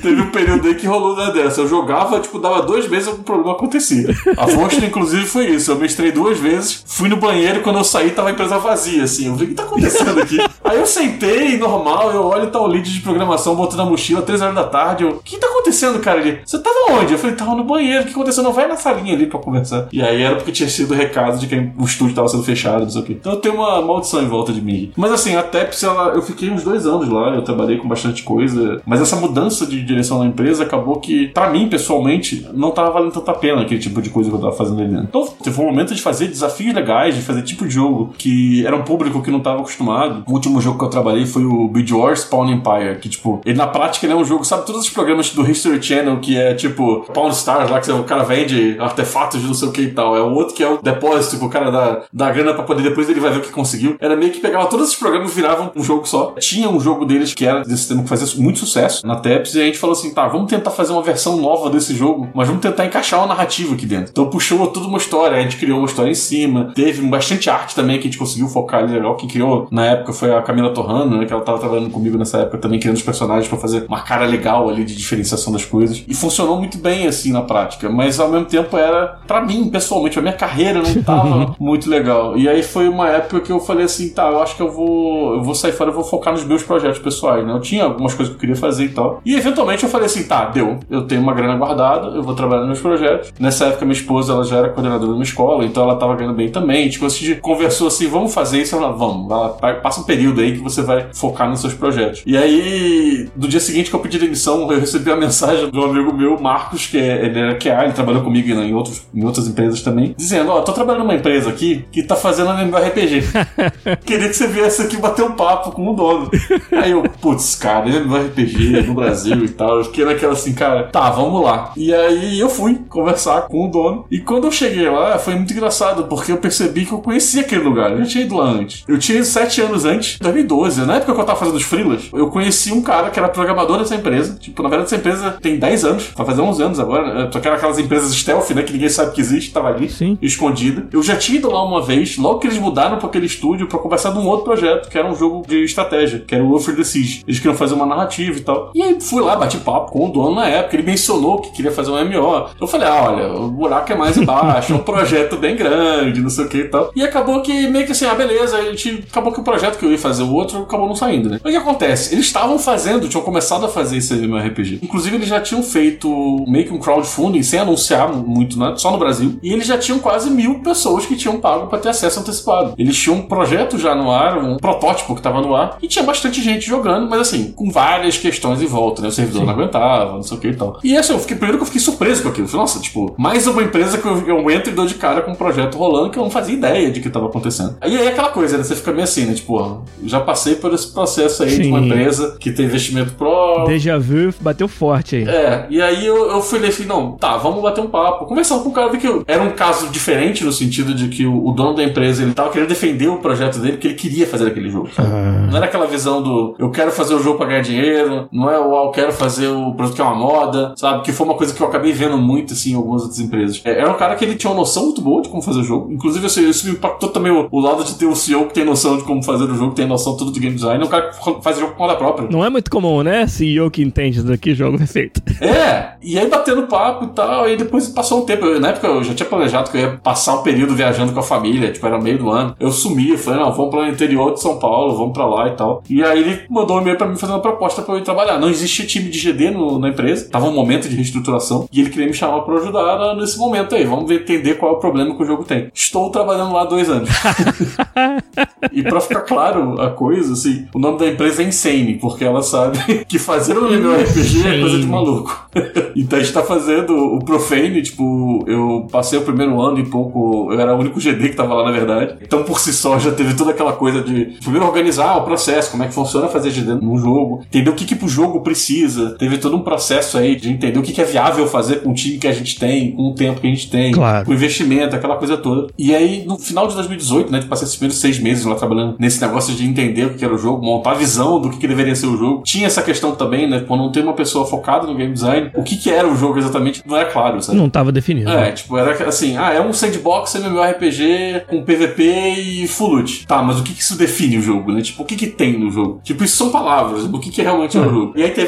Teve um período aí que rolou uma dessa. Eu jogava, tipo, dava 2 meses algum problema acontecia. A Fonte, inclusive, foi isso. Eu mestrei 2 vezes, fui no banheiro e quando eu saí tava a empresa vazia, assim. Eu falei, o que tá acontecendo aqui? Aí eu sentei, normal, eu olho e tá o lead de programação botando na mochila, 3 horas da tarde. Eu, o que tá acontecendo, cara? Ele, você tava onde? Eu falei, tava no banheiro, o que aconteceu? Não vai na salinha ali pra conversar. E aí era porque tinha sido o recado de que o estúdio tava sendo fechado, não sei o quê. Então eu tenho uma maldição em volta de mim. Mas assim, a Teps, eu fiquei uns 2 anos lá, eu trabalhei com bastante coisa, mas essa mudança de direção da empresa acabou que, pra mim, pessoalmente, não tava valendo tanta pena aquele tipo de coisa que eu tava fazendo ali dentro. Então, teve um momento de fazer desafios legais, de fazer tipo de jogo que era um público que não tava acostumado. O último jogo que eu trabalhei foi o Bid Wars Pawn Empire, que, tipo, ele na prática ele é um jogo, sabe, todos os programas do History Channel, que é, tipo, Pawn Stars, lá que o cara vende artefatos de não sei o que e tal. É o outro que é o depósito, que o cara dá grana pra poder, depois ele vai ver o que conseguiu. Era meio que pegava todos esses programas e viravam um jogo só. Tinha um jogo deles que era desse sistema que fazia muito sucesso na Teps, e a gente falou assim, tá, vamos tentar fazer uma versão nova desse jogo, mas vamos tentar encaixar uma narrativa aqui dentro. Então puxou toda uma história, a gente criou uma história em cima, teve bastante arte também que a gente conseguiu focar ali legal. Quem criou na época foi a Camila Torrano, né, que ela tava trabalhando comigo nessa época também, criando os personagens pra fazer uma cara legal ali de diferenciação das coisas, e funcionou muito bem assim na prática, mas ao mesmo tempo era, pra mim, pessoalmente, a minha carreira não tava muito legal. E aí foi uma época que eu falei assim, tá, eu acho que eu vou sair fora, eu vou focar nos meus projetos pessoais, né? Eu tinha algumas coisas que eu queria fazer e tal. E eventualmente eu falei assim, tá, deu. Eu tenho uma grana guardada, eu vou trabalhar nos meus projetos. Nessa época minha esposa, ela já era coordenadora de uma escola, então ela tava ganhando bem também. A gente conversou assim, vamos fazer isso? Ela, vamos. Passa um período aí que você vai focar nos seus projetos. E aí, no dia seguinte que eu pedi demissão, eu recebi a mensagem de um amigo meu, Marcos, ele era QA, ele trabalhou comigo em outras empresas também, dizendo, tô trabalhando numa empresa aqui que tá fazendo MMORPG. Queria que você viesse aqui bater um papo com o dono. Aí eu, putz, cara, MMORPG no Brasil e tal. Eu fiquei naquela assim, cara, tá, vamos lá. E aí eu fui conversar com o dono. E quando eu cheguei lá, foi muito engraçado, porque eu percebi que eu conhecia aquele lugar. Eu já tinha ido lá antes. Eu tinha ido 7 anos antes, 2012. Na época que eu tava fazendo os freelas, eu conheci um cara que era programador dessa empresa. Tipo, na verdade, essa empresa tem 10 anos. Vai fazer 11 anos agora. Só que era aquelas empresas stealth, né? Que ninguém sabe que existe. Tava ali, sim, escondida. Eu já tinha ido lá uma vez, logo que eles mudaram pra aquele estúdio pra conversar de um outro projeto, que era um jogo de estratégia, que era o Warfare the Siege. Eles queriam fazer uma narrativa e tal. E aí fui lá, bati papo com o dono na época. Ele mencionou que queria fazer um MMO. Eu falei, olha, o buraco é mais embaixo, é um projeto bem grande, não sei o que e tal. E acabou que meio que assim, beleza, acabou que o projeto que eu ia fazer, o outro, acabou não saindo, né? Mas o que acontece? Eles estavam tinham começado a fazer esse MMORPG. Inclusive, eles já tinham feito meio que um crowdfunding, sem anunciar muito, né? Só no Brasil. E eles já tinham quase 1.000 pessoas que tinham pago pra ter acesso antecipado. Eles tinham um projeto já no ar, um protótipo que tava no ar, e tinha bastante gente jogando, mas assim, com várias questões em volta, né? O servidor não aguentava, não sei o que e tal. E assim, primeiro que eu fiquei surpreso com aquilo. Eu falei, nossa, tipo, mais uma empresa que eu entro e dou de cara com um projeto rolando que eu não fazia ideia de que tava acontecendo. E aí aquela coisa, né? Você fica meio assim, né? Tipo, já passei por esse processo aí de uma empresa que tem investimento pro... Déjà vu, bateu forte aí. E aí eu fui ler e falei, não, tá, vamos bater um papo. Conversando com o cara, vi que era um caso diferente no sentido de que o dono da empresa, ele tava querendo defender o projeto dele porque ele queria fazer aquele jogo. Não era aquela visão do eu quero fazer o jogo pra ganhar dinheiro, não é o eu quero fazer o produto que é uma moda, sabe? Que foi uma coisa que eu acabei vendo muito, assim, em algumas outras empresas. Era um cara que ele tinha uma noção muito boa de como fazer o jogo. Inclusive, isso me impactou também o lado de ter um CEO que tem noção de como fazer o jogo, tem noção tudo de game design. É um cara que faz o jogo com conta própria. Não é muito comum, né? CEO que entende do que jogo é feito. E aí batendo papo e tal, e depois passou um tempo. Na época eu já tinha planejado que eu ia passar um período viajando com a família, tipo, era meio do ano. Eu sumi, falei, não, vamos para o interior de São Paulo, vamos pra lá e tal. E aí ele mandou um e-mail pra mim fazendo uma proposta pra eu ir trabalhar. Não existia time de GD na empresa, tava um momento de reestruturação, e ele queria me chamar pra ajudar nesse momento aí. Vamos entender qual é o problema que o jogo tem. Estou trabalhando lá há 2 anos. E pra ficar claro a coisa, assim, o nome da empresa é Insane, porque ela sabe que fazer um MMORPG é coisa de maluco. Então a gente tá fazendo o Profane, tipo, eu passei o primeiro ano e pouco, eu era o único GD que tava lá, na verdade. Então por si só já teve toda aquela coisa de primeiro organizar o processo, como é que funciona fazer GD num jogo, entender o que pro jogo precisa. Teve todo um processo aí de entender o que é viável fazer com o time que a gente tem, com o tempo que a gente tem, claro, com o investimento, aquela coisa toda. E aí, no final de 2018, né, eu passei esses primeiros 6 meses lá trabalhando nesse negócio de entender o que era o jogo, montar a visão do que deveria ser o jogo. Tinha essa questão também, né, quando não tem uma pessoa focada no game design, o que era o jogo exatamente não era claro, sabe? Não tava definido. Tipo, era assim, é um sandbox MMORPG com PVP e full loot. Tá, mas o que isso define o jogo, né? Tipo, o que tem no jogo? Tipo, isso são palavras, o que realmente é o jogo. E aí teve toda essa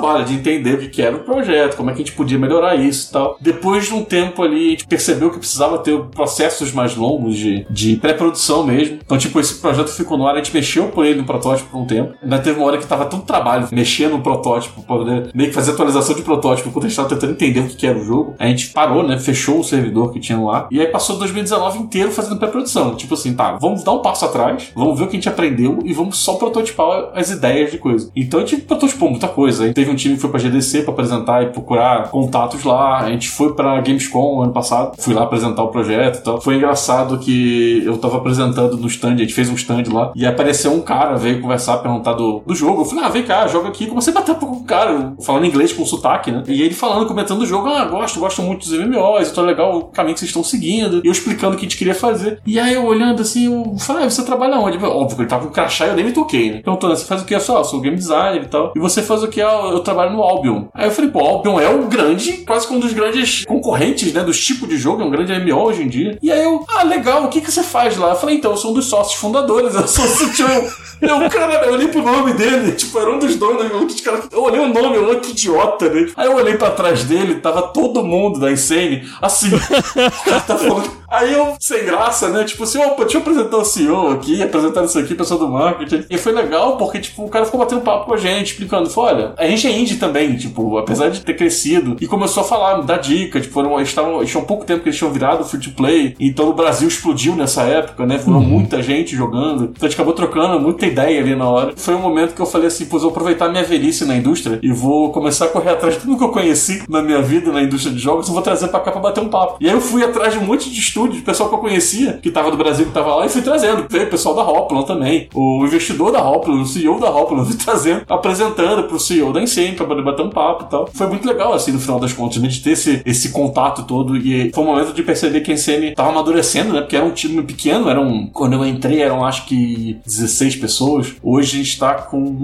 trabalho de entender o que era o projeto, como é que a gente podia melhorar isso e tal. Depois de um tempo ali, a gente percebeu que precisava ter processos mais longos de pré-produção mesmo. Então, tipo, esse projeto ficou no ar, a gente mexeu por ele no protótipo por um tempo. Ainda teve uma hora que tava tanto trabalho mexer no protótipo, pra poder meio que fazer atualização de protótipo, enquanto a gente tava tentando entender o que era o jogo. A gente parou, né? Fechou o servidor que tinha lá. E aí passou 2019 inteiro fazendo pré-produção. Tipo assim, tá, vamos dar um passo atrás, vamos ver o que a gente aprendeu e vamos só prototipar as ideias de coisa. Então a gente prototipou muita coisa. A gente teve um time que foi pra GDC pra apresentar e procurar contatos lá. A gente foi pra Gamescom ano passado. Fui lá apresentar o projeto e tal. Foi engraçado que eu tava apresentando no stand, a gente fez um stand lá, e apareceu um cara, veio conversar, perguntar do jogo. Eu falei, vem cá, joga aqui. Comecei a bater um pouco com o cara, falando inglês com sotaque, né? E ele falando, comentando o jogo, gosto muito dos MMOs, então é legal o caminho que vocês estão seguindo. E eu explicando o que a gente queria fazer. E aí eu olhando assim, eu falei, você trabalha onde? Óbvio que ele tava com crachá e eu nem me toquei, né? Perguntando, você faz o que? Eu sou game designer e tal. E você faz o que? Eu trabalho no Albion. Aí eu falei, o Albion é um grande, quase que um dos grandes concorrentes, né? Dos tipos de jogo, é um grande MMO hoje em dia. E aí eu, legal, o que você faz lá? Eu falei, então, eu sou um dos sócios fundadores, eu sou o CTO. Eu olhei pro nome dele, tipo, era um dos donos, eu olhei o nome, que idiota, né? Aí eu olhei pra trás dele, tava todo mundo da Insane, assim, o cara tá falando. Aí eu, sem graça, né? Tipo assim, deixa eu apresentar o CEO aqui, apresentar isso aqui, pessoal do marketing. E foi legal, porque, tipo, o cara ficou batendo papo com a gente, explicando, olha, a gente é indie também, tipo, apesar de ter crescido, e começou a falar, dar dica, tipo, eles tinham pouco tempo que eles tinham virado free to play, então o Brasil explodiu nessa época, né? Foi muita gente jogando, então a gente acabou trocando muita ideia ali na hora. Foi um momento que eu falei assim, eu vou aproveitar minha velhice na indústria e vou começar a correr atrás de tudo que eu conheci na minha vida, na indústria de jogos, e vou trazer pra cá pra bater um papo. E aí eu fui atrás de um monte de estúdio, de pessoal que eu conhecia, que tava do Brasil, que tava lá, e fui trazendo. Veio o pessoal da Hoplon também, o investidor da Hoplon, o CEO da Hoplon, fui trazendo, apresentando pro CEO da Insane pra poder bater um papo e tal. Foi muito legal, assim, no final das contas, né, de ter esse contato todo, e foi um momento de perceber que a Insane tava amadurecendo, né, porque era um time pequeno, quando eu entrei, eram acho que 16 pessoas. Hoje a gente tá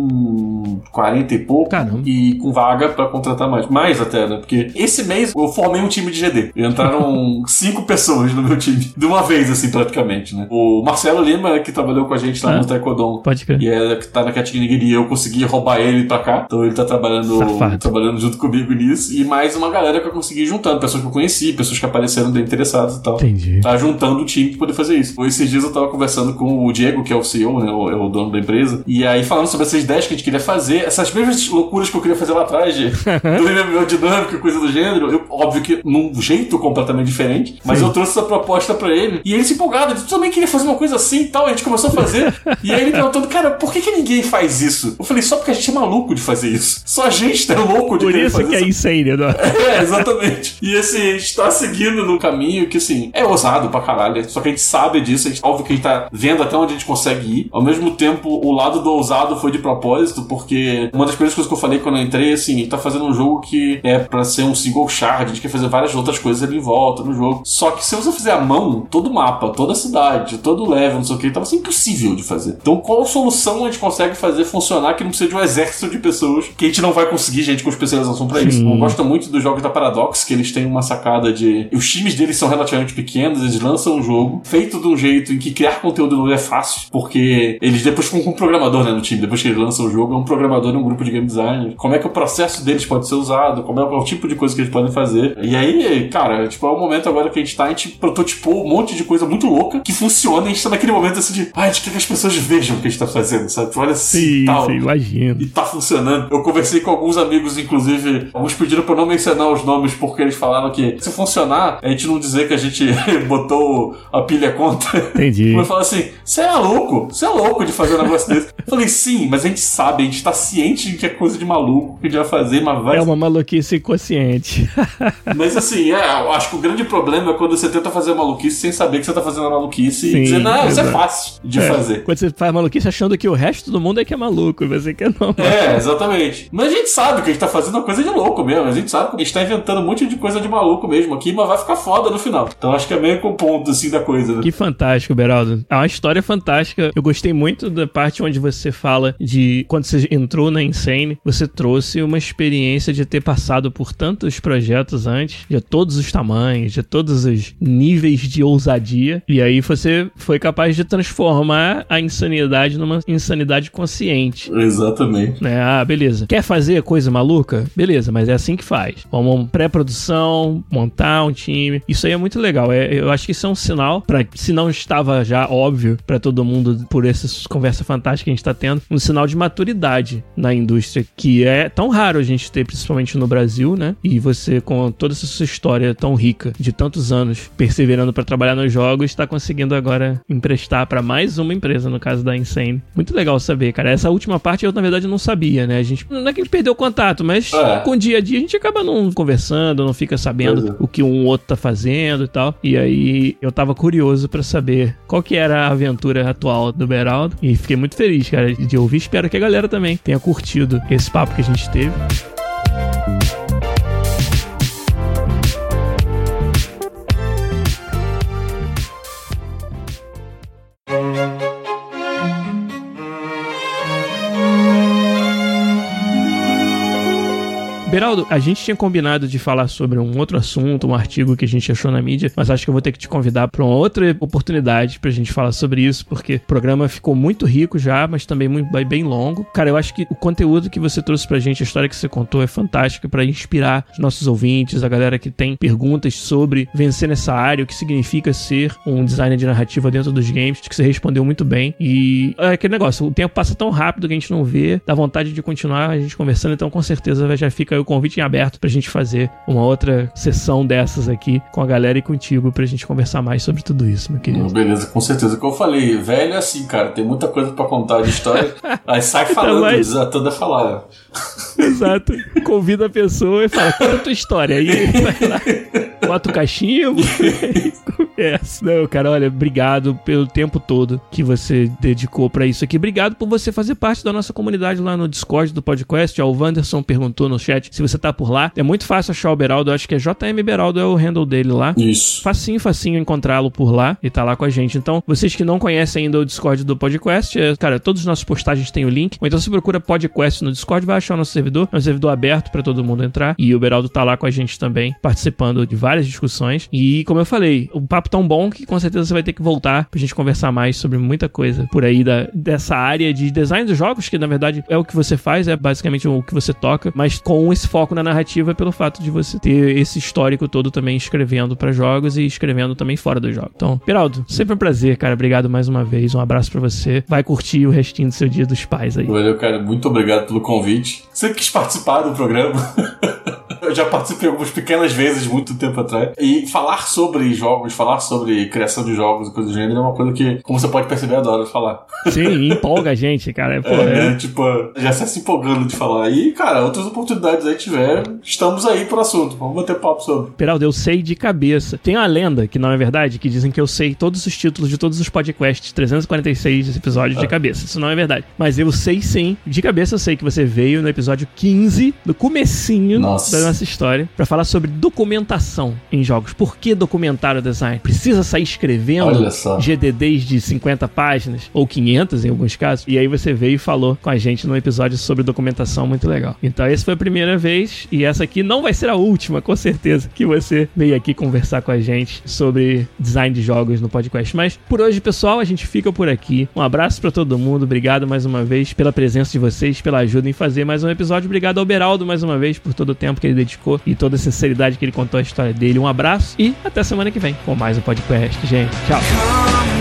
com 40 e pouco. Caramba. E com vaga pra contratar mais até, né? Porque esse mês eu formei um time de GD. Entraram 5 pessoas no meu time. De uma vez, assim, praticamente, né? O Marcelo Lima, que trabalhou com a gente lá no Taekwondo. Pode crer. E que tá na Cat Nigiri, eu consegui roubar ele pra cá. Então ele tá trabalhando junto comigo nisso. E mais uma galera que eu consegui ir juntando. Pessoas que eu conheci, pessoas que apareceram bem interessadas e tal. Entendi. Tá juntando o time pra poder fazer isso. Esses dias eu tava conversando com o Diego, que é o CEO, né? É o dono da empresa. E aí falando sobre essas ideias que a gente queria fazer, essas mesmas loucuras que eu queria fazer lá atrás, do MMO dinâmico e coisa do gênero, óbvio que num jeito completamente diferente, mas eu trouxe essa proposta pra ele, e ele se empolgado, ele também queria fazer uma coisa assim e tal, a gente começou a fazer, e aí ele perguntando, cara, por que ninguém faz isso? Eu falei, só porque a gente é maluco de fazer isso. Só a gente é louco de querer fazer isso. Por isso que é insane, né? Exatamente. E assim, a gente tá seguindo num caminho que, assim, é ousado pra caralho, só que a gente sabe disso, óbvio que a gente tá vendo até onde a gente consegue ir. Ao mesmo tempo, o lado do ousado foi de propósito, porque uma das coisas que eu falei quando eu entrei, assim, a gente tá fazendo um jogo que é pra ser um single shard, a gente quer fazer várias outras coisas ali em volta no jogo. Só que se você fizer à mão, todo o mapa, toda a cidade, todo o level, não sei o que, tava assim, impossível de fazer. Então, qual solução a gente consegue fazer funcionar que não precisa de um exército de pessoas, que a gente não vai conseguir gente com especialização pra isso? Eu gosto muito dos jogos da Paradox, que eles têm uma sacada de... Os times deles são relativamente pequenos, eles lançam um jogo feito de um jeito em que criar conteúdo novo é fácil, porque eles depois ficam com um programador, né, no time, depois que eles lançam o jogo, é um programador e um grupo de game designer. Como é que o processo deles pode ser usado, como é o tipo de coisa que eles podem fazer. E aí, cara, tipo, é um momento agora que a gente prototipou um monte de coisa muito louca que funciona, e a gente tá naquele momento assim de, a gente quer que as pessoas vejam o que a gente tá fazendo, sabe? Olha assim, tal. Sim, imagino. E tá funcionando. Eu conversei com alguns amigos, inclusive, alguns pediram pra eu não mencionar os nomes, porque eles falaram que se funcionar, a gente não dizer que a gente botou a pilha contra. Entendi. Eu falo assim, você é louco de fazer um negócio desse. Eu falei, sim, mas a gente sabe, a gente tá ciente de que é coisa de maluco que a gente vai fazer, mas vai... É uma maluquice inconsciente. Mas assim, eu acho que o grande problema é quando você tenta fazer maluquice sem saber que você tá fazendo a maluquice. Sim, e dizer, não, isso é fácil de fazer. Quando você faz maluquice achando que o resto do mundo é que é maluco, e você que não. Exatamente. Mas a gente sabe que a gente tá fazendo uma coisa de louco mesmo, a gente sabe que a gente tá inventando um monte de coisa de maluco mesmo aqui, mas vai ficar foda no final. Então acho que é meio que o ponto, assim, da coisa, né? Que fantástico, Beraldo. É uma história fantástica. Eu gostei muito da parte onde você fala de quando você entrou na Insane, você trouxe uma experiência de ter passado por tantos projetos antes, de todos os tamanhos, de todos os níveis de ousadia, e aí você foi capaz de transformar a insanidade numa insanidade consciente. Exatamente. Né? Ah, beleza. Quer fazer coisa maluca? Beleza, mas é assim que faz. Vamos pré-produção, montar um time. Isso aí é muito legal. Eu acho que isso é um sinal, se não estava já óbvio pra todo mundo por essa conversa fantástica que a gente tá tendo, um sinal de maturidade na indústria, que é tão raro a gente ter, principalmente no Brasil, né? E você, com toda essa sua história tão rica, de tantos anos, perseverando pra trabalhar nos jogos, está conseguindo agora emprestar pra mais uma empresa, no caso da Insane. Muito legal saber, cara. Essa última parte eu, na verdade, não sabia, né? A gente, não é que a gente perdeu o contato, mas com o dia a dia a gente acaba não conversando, não fica sabendo o que um outro tá fazendo e tal. E aí eu tava curioso pra saber qual que era a aventura atual do Beraldo. E fiquei muito feliz, cara, de ouvir. Espero que a galera também tenha curtido esse papo que a gente teve. Beraldo, a gente tinha combinado de falar sobre um outro assunto, um artigo que a gente achou na mídia, mas acho que eu vou ter que te convidar para uma outra oportunidade pra gente falar sobre isso, porque o programa ficou muito rico já, mas também bem longo. Cara, eu acho que o conteúdo que você trouxe pra gente, a história que você contou é fantástica pra inspirar os nossos ouvintes, a galera que tem perguntas sobre vencer nessa área, o que significa ser um designer de narrativa dentro dos games, que você respondeu muito bem. E é aquele negócio, o tempo passa tão rápido que a gente não vê, dá vontade de continuar a gente conversando, então com certeza já fica o convite em aberto pra gente fazer uma outra sessão dessas aqui com a galera e contigo pra gente conversar mais sobre tudo isso, meu querido. Beleza, com certeza. Como eu falei, velho é assim, cara, tem muita coisa pra contar de história, aí sai falando, desatando a falar. Exato. Convida a pessoa e fala, conta a tua história. Aí vai lá, bota o cachimbo e começa. Não, cara, olha, obrigado pelo tempo todo que você dedicou pra isso aqui. Obrigado por você fazer parte da nossa comunidade lá no Discord do podcast. O Wanderson perguntou no chat se você tá por lá. É muito fácil achar o Beraldo, acho que é JM Beraldo, é o handle dele lá. Isso. Facinho encontrá-lo por lá e tá lá com a gente. Então, vocês que não conhecem ainda o Discord do podcast, cara, todas as nossas postagens têm o link. Ou então você procura podcast no Discord, vai achar o nosso servidor. É um servidor aberto pra todo mundo entrar. E o Beraldo tá lá com a gente também, participando de várias discussões. E, como eu falei, o papo tão bom que com certeza você vai ter que voltar pra gente conversar mais sobre muita coisa por aí dessa área de design dos jogos, que na verdade é o que você faz, é basicamente o que você toca, mas com esse foco na narrativa pelo fato de você ter esse histórico todo também escrevendo pra jogos e escrevendo também fora do jogo. Então, Beraldo, sempre um prazer, cara. Obrigado mais uma vez. Um abraço pra você. Vai curtir o restinho do seu Dia dos Pais aí. Valeu, cara. Muito obrigado pelo convite. Você quis participar do programa. Eu já participei algumas pequenas vezes, muito tempo atrás. E falar sobre jogos, falar sobre criação de jogos e coisas do gênero é uma coisa que, como você pode perceber, eu adoro falar. Sim, empolga a gente, cara. Tipo, já está se empolgando de falar. E, cara, outras oportunidades aí tiver, estamos aí pro assunto. Vamos bater papo sobre. Beraldo, eu sei de cabeça. Tem uma lenda, que não é verdade, que dizem que eu sei todos os títulos de todos os podcasts, 346 episódios de cabeça. Isso não é verdade. Mas eu sei sim, de cabeça eu sei que você veio no episódio 15, no comecinho da nossa história, pra falar sobre documentação em jogos. Por que documentar o design? Precisa sair escrevendo GDDs de 50 páginas, ou 500 em alguns casos. E aí você veio e falou com a gente num episódio sobre documentação muito legal. Então essa foi a primeira vez, e essa aqui não vai ser a última, com certeza, que você veio aqui conversar com a gente sobre design de jogos no podcast. Mas por hoje, pessoal, a gente fica por aqui. Um abraço pra todo mundo. Obrigado mais uma vez pela presença de vocês, pela ajuda em fazer mais um episódio. Obrigado ao Beraldo mais uma vez por todo o tempo que ele dedicou e toda a sinceridade que ele contou a história dele. Um abraço e até semana que vem com mais um podcast, gente. Tchau.